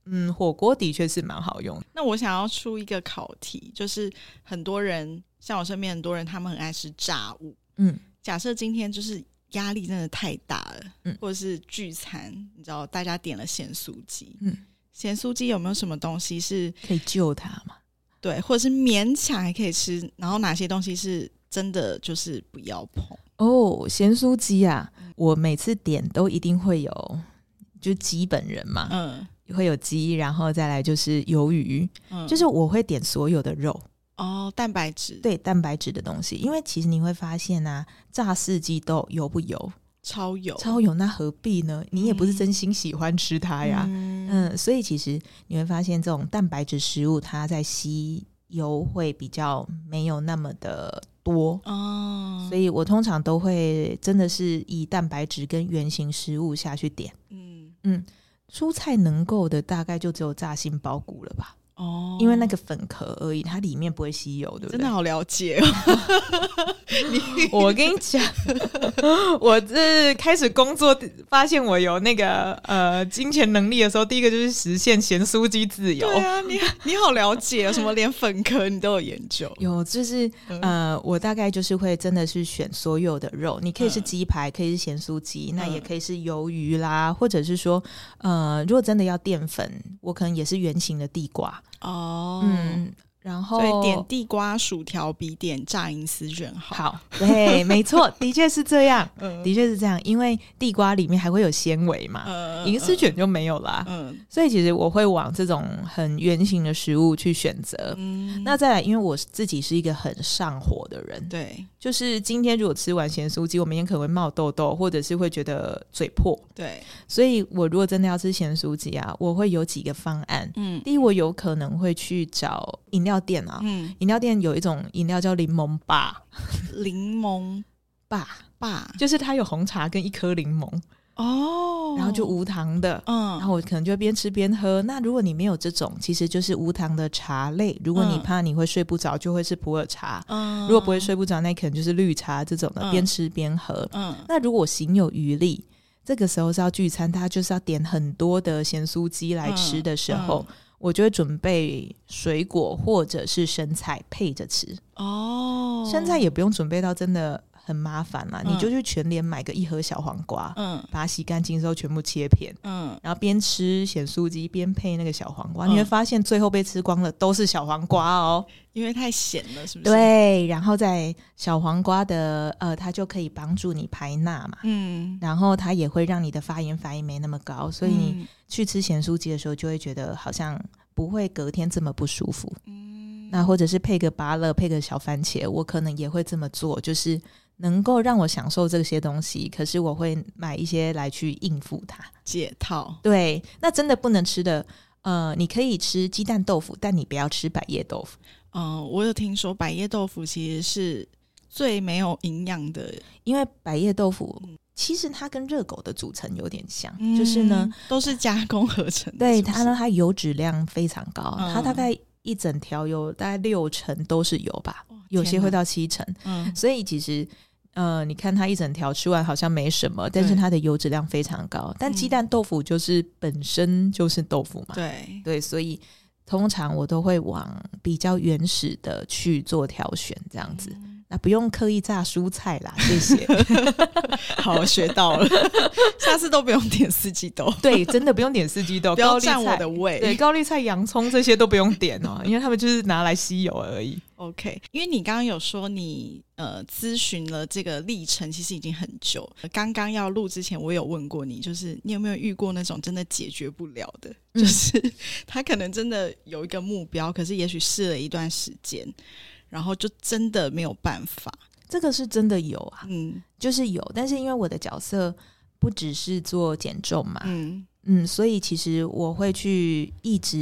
火锅的确是蛮好用的。 那我想要出一个考题，就是很多人像我身边很多人他们很爱吃炸物，假设今天就是压力真的太大了，或者是聚餐，你知道大家点了咸酥鸡，咸酥鸡有没有什么东西是可以救它嘛？ 对，或者是勉强还可以吃，然后哪些东西是真的就是不要碰？ 咸酥鸡啊，我每次点都一定会有，就鸡本人嘛，会有鸡，然后再来就是鱿鱼，就是我会点所有的肉。 蛋白质， 对，蛋白质的东西，因为其实你会发现啊，炸四季豆油不油？ 超油， 那何必呢？你也不是真心喜欢吃它呀。所以其实你会发现这种蛋白质食物它在吸油会比较没有那么的多，所以我通常都会真的是以蛋白质跟原型食物下去点。蔬菜能够的大概就只有炸杏鲍菇了吧，因为那个粉壳而已，它里面不会吸油，对不对？ 真的好了解哦。 我跟你讲，我这开始工作发现我有那个金钱能力的时候，第一个就是实现咸酥鸡自由。 对啊，你好了解哦，什么连粉壳你都有研究？ 有，就是我大概就是会真的是选所有的肉，你可以是鸡排，可以是咸酥鸡，那也可以是鱿鱼啦，或者是说如果真的要淀粉，我可能也是圆形的地瓜。然后所以点地瓜薯条比点炸银丝卷好。 对，没错，的确是这样，的确是这样，因为地瓜里面还会有纤维嘛，银丝卷就没有啦。所以其实我会往这种很圆形的食物去选择。那再来，因为我自己是一个很上火的人， 对， 就是今天如果吃完咸酥鸡，我明天可能会冒痘痘，或者是会觉得嘴破。 对， 所以我如果真的要吃咸酥鸡啊，我会有几个方案。第一，我有可能会去找饮料店啊，饮料店有一种饮料叫柠檬霸， 柠檬霸就是它有红茶跟一颗柠檬然后就无糖的，然后我可能就边吃边喝。那如果你没有这种，其实就是无糖的茶类，如果你怕你会睡不着，就会是普洱茶，如果不会睡不着，那可能就是绿茶这种的，边吃边喝。那如果行有余力，这个时候是要聚餐，他就是要点很多的咸酥鸡来吃的时候，我就会准备水果或者是生菜配着吃。生菜也不用准备到真的很麻烦啦，你就去全联买个1盒小黄瓜，把它洗干净之后全部切片，然后边吃咸酥鸡边配那个小黄瓜，你会发现最后被吃光的都是小黄瓜哦， 因为太咸了，是不是？ 对，然后在小黄瓜的它就可以帮助你排钠嘛，然后它也会让你的发炎反应没那么高，所以你去吃咸酥鸡的时候就会觉得好像不会隔天这么不舒服。那或者是配个芭乐配个小番茄，我可能也会这么做，就是能够让我享受这些东西，可是我会买一些来去应付它， 解套。 对，那真的不能吃的你可以吃鸡蛋豆腐，但你不要吃百叶豆腐。 我有听说百叶豆腐其实是最没有营养的， 因为百叶豆腐其实它跟热狗的组成有点像，就是呢都是加工合成的， 对， 是不是？ 它油脂量非常高，它大概一整条有大概60%都是油吧，有些会到70%，所以其实你看它一整条吃完好像没什么，但是它的油脂量非常高。但鸡蛋豆腐就是本身就是豆腐嘛，对，所以通常我都会往比较原始的去做挑选，这样子。那不用刻意炸蔬菜啦，谢谢。 好，学到了，下次都不用点四季豆。 对，真的不用点四季豆， 不要占我的胃。 对，高丽菜、洋葱这些都不用点哦，因为他们就是拿来吸油而已。 OK， 因为你刚刚有说你咨询了这个历程其实已经很久，刚刚要录之前我有问过你，就是你有没有遇过那种真的解决不了的，就是他可能真的有一个目标，可是也许试了一段时间，然后就真的没有办法。 这个是真的有啊，就是有，但是因为我的角色不只是做减重嘛，所以其实我会去一直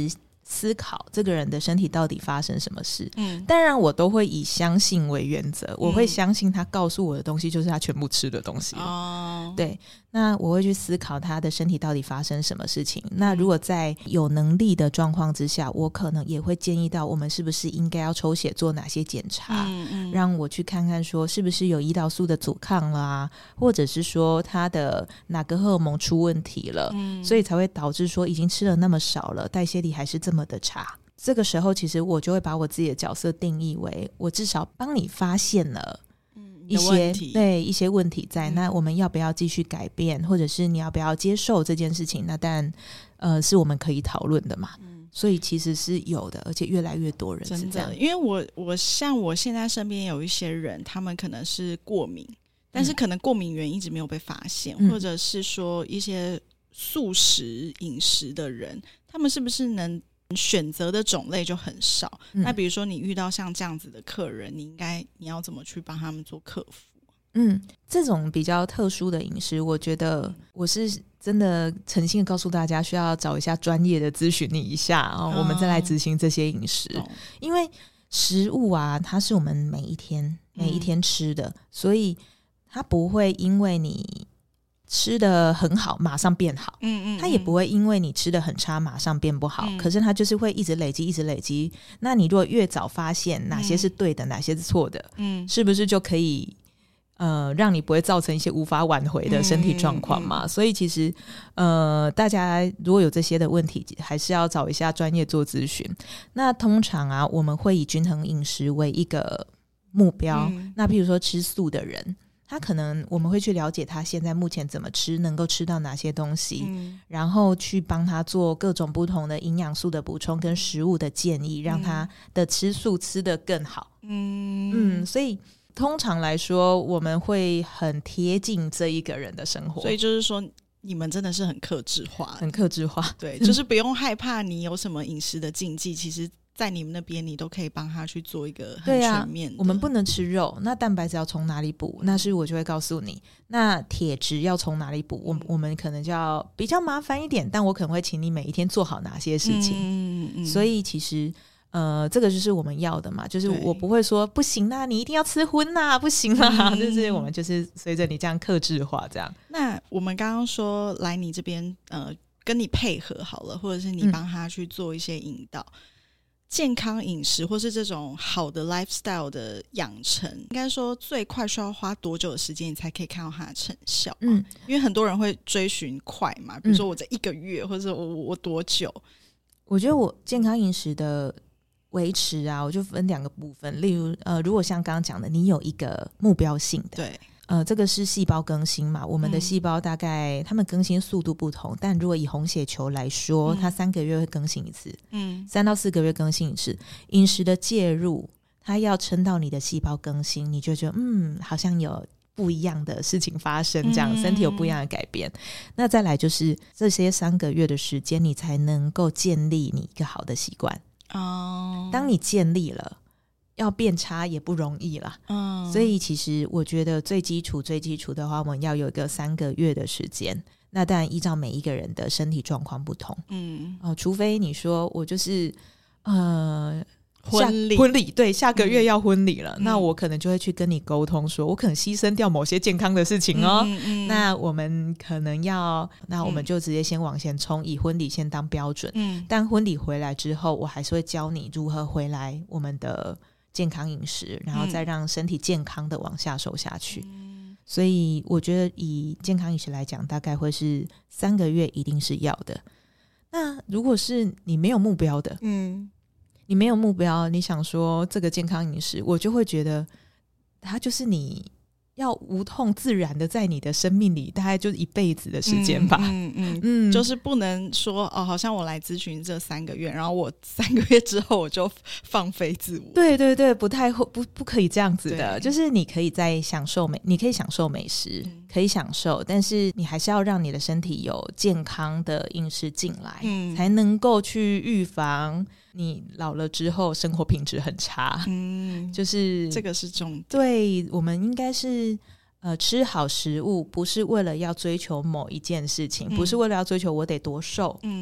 思考这个人的身体到底发生什么事。当然我都会以相信为原则，我会相信他告诉我的东西就是他全部吃的东西了。对，那我会去思考他的身体到底发生什么事情。那如果在有能力的状况之下，我可能也会建议到我们是不是应该要抽血做哪些检查，让我去看看说是不是有胰岛素的阻抗啦，或者是说他的哪个荷尔蒙出问题了，所以才会导致说已经吃了那么少了，代谢力还是这么的差。这个时候其实我就会把我自己的角色定义为我至少帮你发现了一些问题在，那我们要不要继续改变，或者是你要不要接受这件事情，那当然是我们可以讨论的嘛。所以其实是有的，而且越来越多人是这样。 真的，因为我像我现在身边有一些人，他们可能是过敏，但是可能过敏源一直没有被发现，或者是说一些素食饮食的人，他们是不是能选择的种类就很少。那比如说你遇到像这样子的客人，你要怎么去帮他们做克服？ 这种比较特殊的饮食，我觉得我是真的诚心的告诉大家，需要找一下专业的咨询你一下我们再来执行这些饮食。因为食物啊，它是我们每一天吃的，所以它不会因为你吃得很好马上变好，它也不会因为你吃得很差马上变不好，可是它就是会一直累积一直累积。那你如果越早发现哪些是对的，哪些是错的，是不是就可以让你不会造成一些无法挽回的身体状况嘛？所以其实大家如果有这些的问题，还是要找一下专业做咨询。那通常啊，我们会以均衡饮食为一个目标。那譬如说吃素的人，他可能我们会去了解他现在目前怎么吃，能够吃到哪些东西，然后去帮他做各种不同的营养素的补充跟食物的建议，让他的吃素吃得更好。所以通常来说我们会很贴近这一个人的生活。 所以就是说你们真的是很客制化， 很客制化。 对，就是不用害怕你有什么饮食的禁忌，其实在你们那边你都可以帮他去做一个很全面的。 我们不能吃肉，那蛋白质要从哪里补，那是我就会告诉你。那铁质要从哪里补，我们可能就要比较麻烦一点，但我可能会请你每一天做好哪些事情。所以其实这个就是我们要的嘛，就是我不会说不行啦，你一定要吃荤啦，不行啦，就是我们就是随着你这样客制化这样。 那我们刚刚说来你这边跟你配合好了，或者是你帮他去做一些引导，健康饮食或是这种好的 lifestyle 的养成，应该说最快需要花多久的时间你才可以看到它的成效？因为很多人会追寻快嘛，比如说我这1个月，或者我多久？ 我觉得我健康饮食的维持啊，我就分2个部分。例如如果像刚刚讲的，你有一个目标性的， 对， 这个是细胞更新嘛，我们的细胞大概它们更新速度不同，但如果以红血球来说，它3个月会更新一次，3到4个月更新一次。饮食的介入，它要撑到你的细胞更新，你就觉得好像有不一样的事情发生，这样身体有不一样的改变。那再来就是这些3个月的时间，你才能够建立你一个好的习惯。当你建立了，要变差也不容易啦。所以其实我觉得最基础的话，我们要有一个3个月的时间。那当然依照每一个人的身体状况不同，除非你说我就是婚礼对，下个月要婚礼了，那我可能就会去跟你沟通说，我可能牺牲掉某些健康的事情那我们可能要，那我们就直接先往前冲，以婚礼先当标准。但婚礼回来之后，我还是会教你如何回来我们的健康饮食，然后再让身体健康的往下瘦下去。所以我觉得以健康饮食来讲，大概会是3个月一定是要的。那如果是你没有目标的，你没有目标，你想说这个健康饮食，我就会觉得它就是你要无痛自然的在你的生命里大概就是一辈子的时间吧。 就是不能说好像我来咨询这3个月，然后我3个月之后我就放飞自我。 对对对，不可以这样子的。就是你可以在你可以享受美食，可以享受，但是你还是要让你的身体有健康的饮食进来，才能够去预防你老了之后生活品质很差。就是这个是重点。 对，我们应该是吃好食物，不是为了要追求某一件事情，不是为了要追求我得多瘦，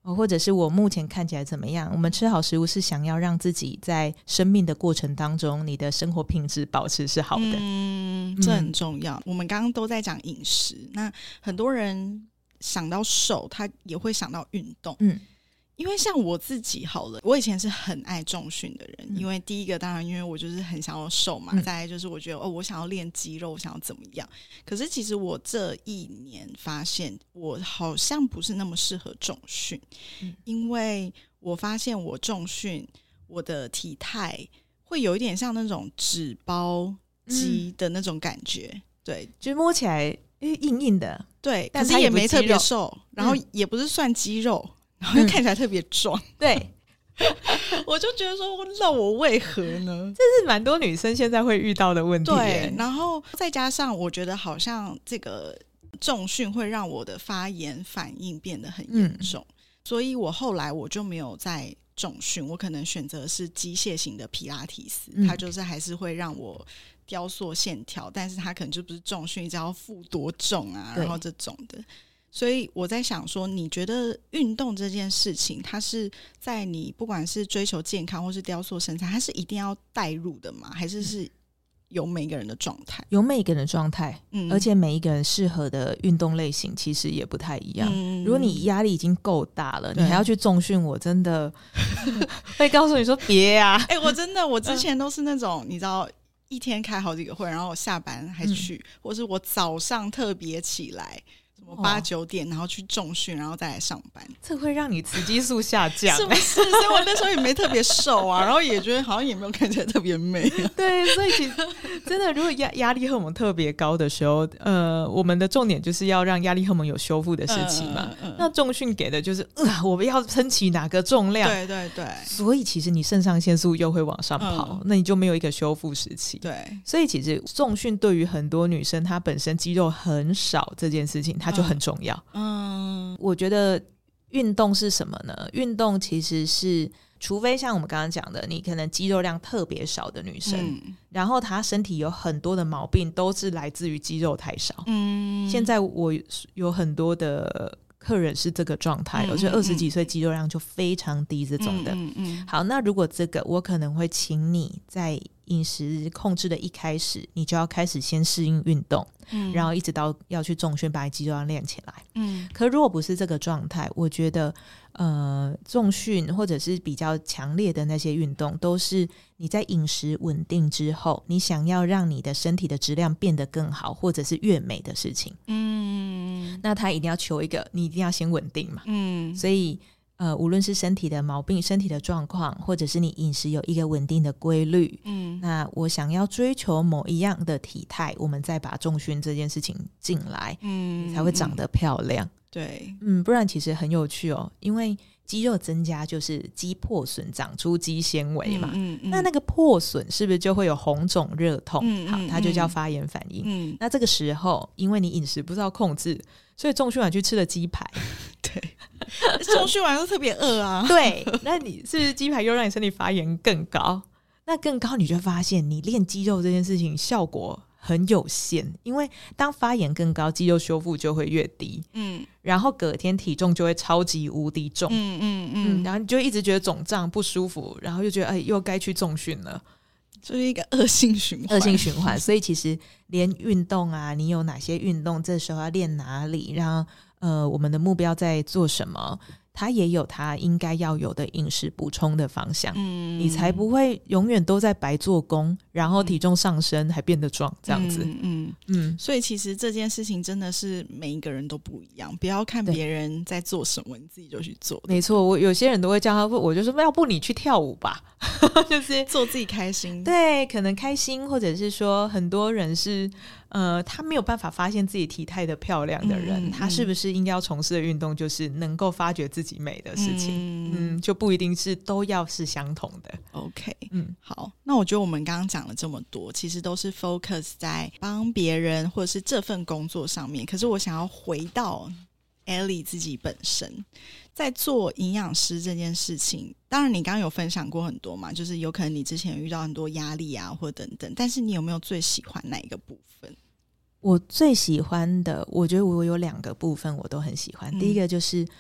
或者是我目前看起来怎么样。我们吃好食物是想要让自己在生命的过程当中，你的生活品质保持是好的。 这很重要。我们刚刚都在讲饮食，那很多人想到瘦，他也会想到运动。因为像我自己好了，我以前是很爱重训的人，因为第一个当然因为我就是很想要瘦嘛，再来就是我觉得我想要练肌肉，我想要怎么样。可是其实我这一年发现我好像不是那么适合重训，因为我发现我重训我的体态会有一点像那种纸包肌的那种感觉，对， 就摸起来硬硬的， 对， 但可是也没特别瘦，然后也不是算肌肉，然后又看起来特别壮， 对。 我就觉得说，那我为何呢？ 这是蛮多女生现在会遇到的问题。 对，然后再加上我觉得好像这个重训会让我的发炎反应变得很严重，所以我后来我就没有再重训，我可能选择是机械型的皮拉提斯，它就是还是会让我雕塑线条，但是它可能就不是重训，只要负多重啊，然后这种的。所以我在想说，你觉得运动这件事情，它是在你不管是追求健康或是雕塑身材，它是一定要带入的吗？还是有每个人的状态？ 有每个人的状态，而且每一个人适合的运动类型其实也不太一样。如果你压力已经够大了，你还要去重训，我真的会告诉你说别啊！ 我真的，我之前都是那种你知道，一天开好几个会，然后我下班还去，或是我早上特别起来。8、9点，然后去重训，然后再来上班， 这会让你雌激素下降， 是不是？所以我那时候也没特别瘦啊，然后也觉得好像也没有看起来特别美、 对，所以其实真的，如果压力荷尔蒙特别高的时候，我们的重点就是要让压力荷尔蒙有修复的时期嘛。那重训给的就是我们要撑起哪个重量， 对对对。 所以其实你肾上腺素又会往上跑，那你就没有一个修复时期。 对， 所以其实重训对于很多女生，她本身肌肉很少这件事情，它就很重要。我觉得运动是什么呢？运动其实是，除非像我们刚刚讲的，你可能肌肉量特别少的女生，然后她身体有很多的毛病都是来自于肌肉太少。现在我有很多的客人是这个状态，而且20几岁肌肉量就非常低这种的。好，那如果这个我可能会请你在饮食控制的一开始，你就要开始先适应运动，然后一直到要去重训把你肌肉量练起来。可如果不是这个状态，我觉得重训或者是比较强烈的那些运动，都是你在饮食稳定之后，你想要让你的身体的质量变得更好或者是越美的事情。那他一定要求一个，你一定要先稳定嘛。所以无论是身体的毛病、身体的状况，或者是你饮食有一个稳定的规律，那我想要追求某一样的体态，我们再把重训这件事情进来，你才会长得漂亮。 对， 不然其实很有趣哦，因为肌肉增加就是肌破损，长出肌纤维嘛。那个破损是不是就会有红肿热痛？好，它就叫发炎反应。那这个时候，因为你饮食不知道控制，所以重训完去吃了鸡排。 对，重训完又特别饿啊。 对，那你是不是鸡排又让你身体发炎更高？那更高，你就发现你练肌肉这件事情效果很有限，因为当发炎更高，肌肉修复就会越低。然后隔天体重就会超级无敌重。然后你就一直觉得肿胀不舒服，然后又觉得又该去重训了。 就是一个恶性循环。 所以其实连运动啊，你有哪些运动，这时候要练哪里，让我们的目标在做什么，它也有它应该要有的饮食补充的方向。你才不会永远都在白做工，然后体重上升还变得壮这样子。 所以其实这件事情真的是每一个人都不一样，不要看别人在做什么，你自己就去做。 没错，我有些人都会叫他，我就说要不你去跳舞吧，就是做自己开心。 对，可能开心，或者是说很多人是他没有办法发现自己体态的漂亮的人，他是不是应该要从事的运动就是能够发掘自己美的事情。就不一定是都要是相同的。 OK，好，那我觉得我们刚刚讲了这么多，其实都是 focus 在帮别人或者是这份工作上面。可是我想要回到 Ellie 自己本身，在做营养师这件事情，当然你刚刚有分享过很多嘛，就是有可能你之前遇到很多压力啊或等等，但是你有没有最喜欢哪一个部分？ 我最喜欢的，我觉得我有2个部分我都很喜欢。第一个就是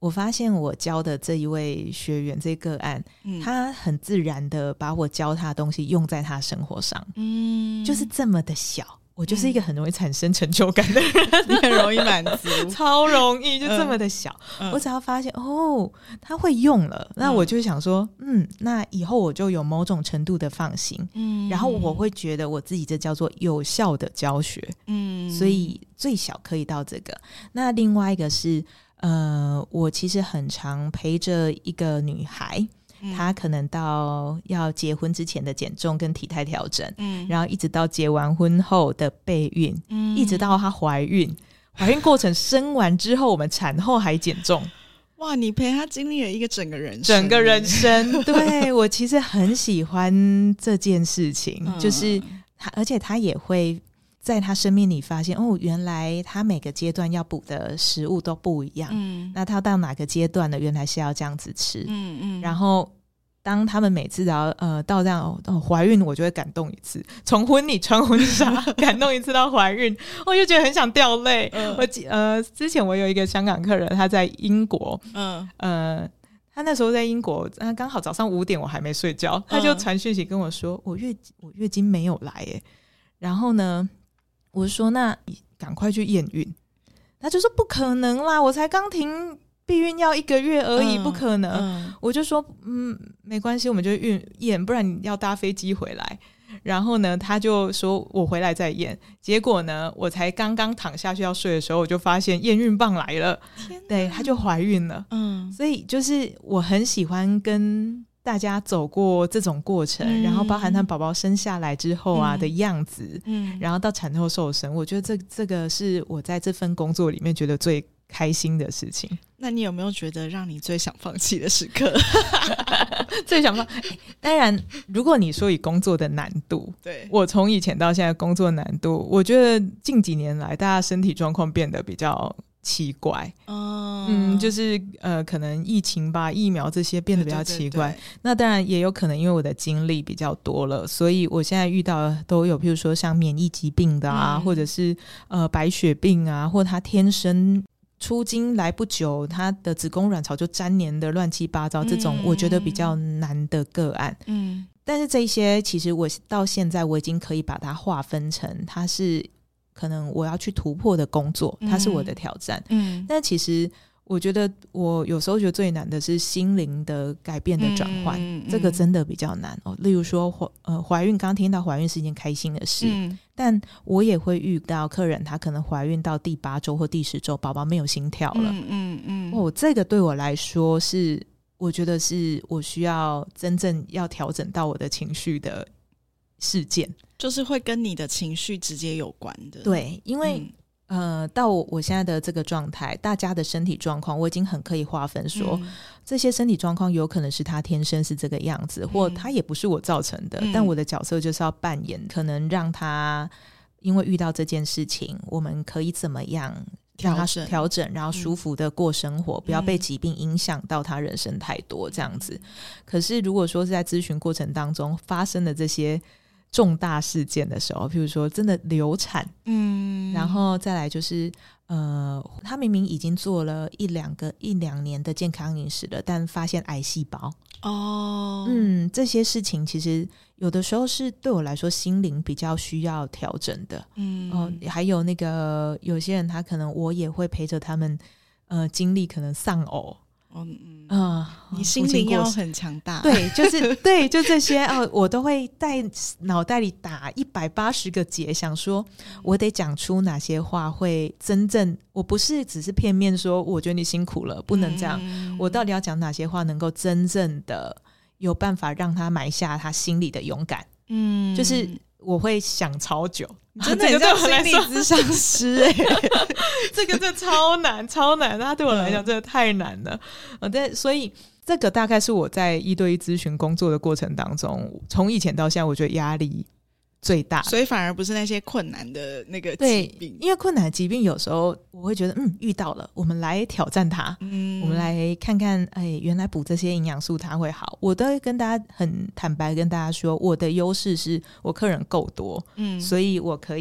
我发现我教的这一位学员这个案，他很自然的把我教他的东西用在他生活上，就是这么的小。我就是一个很容易产生成就感的人， 你很容易满足， 超容易，就这么的小。我只要发现他会用了，那我就想说那以后我就有某种程度的放心，然后我会觉得我自己这叫做有效的教学，所以最小可以到这个。那另外一个是我其实很常陪着一个女孩，她可能到要结婚之前的减重跟体态调整，然后一直到结完婚后的备孕，一直到她怀孕过程生完之后，我们产后还减重。 哇，你陪她经历了一个整个人生。 对，我其实很喜欢这件事情，就是而且她也会在他生命里发现原来他每个阶段要补的食物都不一样，那他到哪个阶段呢？原来是要这样子吃，然后当他们每次到这样怀孕，我就会感动一次，从婚礼穿婚纱感动一次到怀孕，我就觉得很想掉泪。之前我有一个香港客人，他在英国，他那时候在英国，刚好早上5点我还没睡觉，他就传讯息跟我说我月经没有来耶，然后呢我就说那你赶快去验孕，他就说不可能啦，我才刚停避孕药1个月而已，不可能。我就说没关系，我们就验，不然你要搭飞机回来。然后呢他就说我回来再验，结果呢我才刚刚躺下去要睡的时候，我就发现验孕棒来了，对，她就怀孕了。所以就是我很喜欢跟大家走过这种过程，然后包含他宝宝生下来之后的样子，然后到产后瘦身，我觉得这个是我在这份工作里面觉得最开心的事情。 那你有没有觉得让你最想放弃的时刻？ 最想放当然如果你说以工作的难度，对，我从以前到现在工作难度，我觉得近几年来大家身体状况变得比较奇怪，就是可能疫情吧，疫苗这些变得比较奇怪，对。那当然也有可能因为我的经历比较多了，所以我现在遇到的都有譬如说像免疫疾病的或者是白血病或他天生出经来不久，他的子宫卵巢就粘连的乱七八糟，这种我觉得比较难的个案。但是这些其实我到现在我已经可以把它划分成它是可能我要去突破的工作，它是我的挑战。但其实我觉得我有时候觉得最难的是心灵的改变的转换，这个真的比较难例如说怀孕，刚刚听到怀孕是一件开心的事，但我也会遇到客人他可能怀孕到第8周或第10周宝宝没有心跳了，这个对我来说是我觉得是我需要真正要调整到我的情绪的事件， 就是会跟你的情绪直接有关的。 对，因为到我现在的这个状态，大家的身体状况我已经很可以划分说，这些身体状况有可能是他天生是这个样子，或他也不是我造成的，但我的角色就是要扮演可能让他因为遇到这件事情我们可以怎么样让他调整，然后舒服的过生活，不要被疾病影响到他人生太多这样子。可是如果说是在咨询过程当中发生的这些重大事件的时候，譬如说真的流产，然后再来就是他明明已经做了一两年的健康饮食了，但发现癌细胞这些事情其实有的时候是对我来说心灵比较需要调整的。还有那个有些人他可能我也会陪着他们经历可能丧偶， 你心灵要很强大。 对，就是对，就这些我都会在脑袋里打180个结，想说我得讲出哪些话会真正，我不是只是片面说我觉得你辛苦了，不能这样，我到底要讲哪些话能够真正的有办法让他埋下他心里的勇敢。就是我会想超久， 真的很像心理咨商师这个真的超难超难，它对我来讲真的太难了。所以这个大概是我在1对1咨询工作的过程当中，从以前到现在我觉得压力最大， 所以反而不是那些困难的那个疾病。 因为困难的疾病有时候我会觉得遇到了，我们来挑战它，我们来看看原来补这些营养素它会好。我都会跟大家很坦白跟大家说，我的优势是我客人够多，所以我可以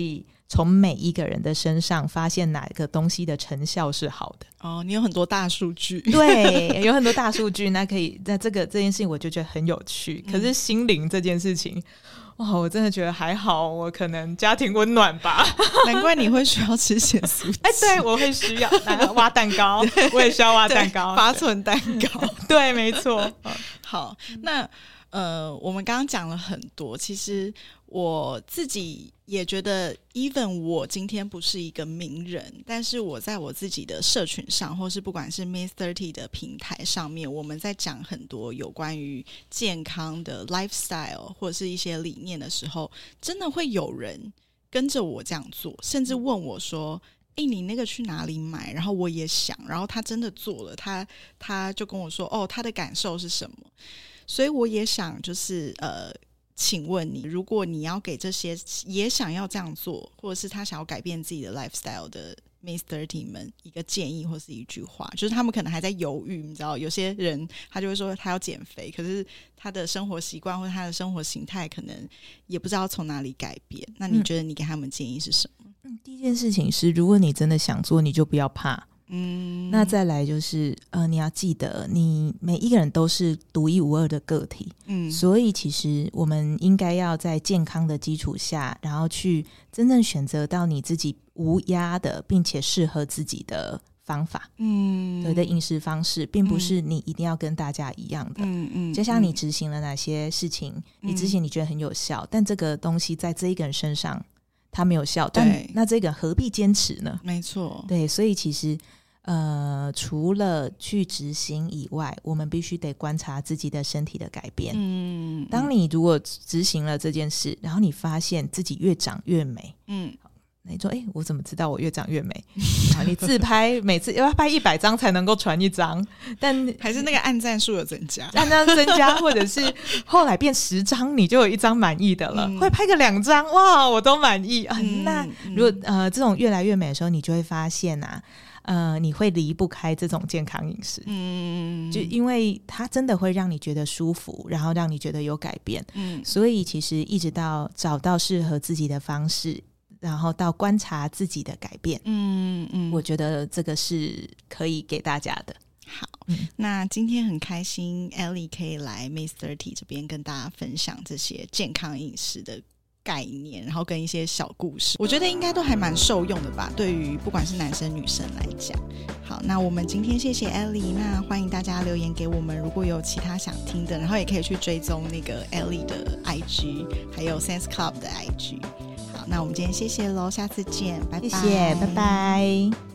从每一个人的身上发现哪个东西的成效是好的。 哦，你有很多大数据。 对，有很多大数据，那可以在这件事情我就觉得很有趣。可是心灵这件事情，哇，我真的觉得还好，我可能家庭温暖吧。 难怪你会需要吃咸酥鸡。 对，我会需要挖蛋糕，我也需要挖蛋糕， 发寸蛋糕。 对，没错。 好，那我们刚刚讲了很多，其实我自己也觉得 even 我今天不是一个名人，但是我在我自己的社群上，或是不管是 Miss30 的平台上面，我们在讲很多有关于健康的 lifestyle 或者是一些理念的时候，真的会有人跟着我这样做，甚至问我说你那个去哪里买？然后我也想，然后他真的做了，他就跟我说他的感受是什么。所以我也想就是请问你，如果你要给这些也想要这样做，或者是他想要改变自己的 lifestyle 的 Miss30 们一个建议或是一句话，就是他们可能还在犹豫，你知道有些人他就会说他要减肥，可是他的生活习惯或者他的生活形态可能也不知道从哪里改变，那你觉得你给他们建议是什么？ 第一件事情是，如果你真的想做，你就不要怕。那再来就是你要记得你每一个人都是独一无二的个体，所以其实我们应该要在健康的基础下，然后去真正选择到你自己无压的并且适合自己的方法，对的饮食方式，并不是你一定要跟大家一样的，就像你执行了哪些事情，你之前你觉得很有效，但这个东西在这一个人身上它没有效，但那这个何必坚持呢？ 没错， 对，所以其实除了去执行以外，我们必须得观察自己的身体的改变。当你如果执行了这件事，然后你发现自己越长越美，那你说我怎么知道我越长越美？你自拍每次要拍100张才能够传1张，但还是那个按赞数有增加， 按赞增加，或者是后来变10张你就有1张满意的了，会拍个2张，哇，我都满意那如果这种越来越美的时候，你就会发现你会离不开这种健康饮食，就因为它真的会让你觉得舒服，然后让你觉得有改变，所以其实一直到找到适合自己的方式，然后到观察自己的改变，我觉得这个是可以给大家的。 好，那今天很开心 Ellie 可以来 Miss30 这边跟大家分享这些健康饮食的概念，然后跟一些小故事，我觉得应该都还蛮受用的吧，对于不管是男生女生来讲。好，那我们今天谢谢 Ellie， 那欢迎大家留言给我们，如果有其他想听的，然后也可以去追踪那个 Ellie 的 IG 还有 Sense Club 的 IG。好，那我们今天谢谢咯，下次见，拜拜。 谢谢，拜拜。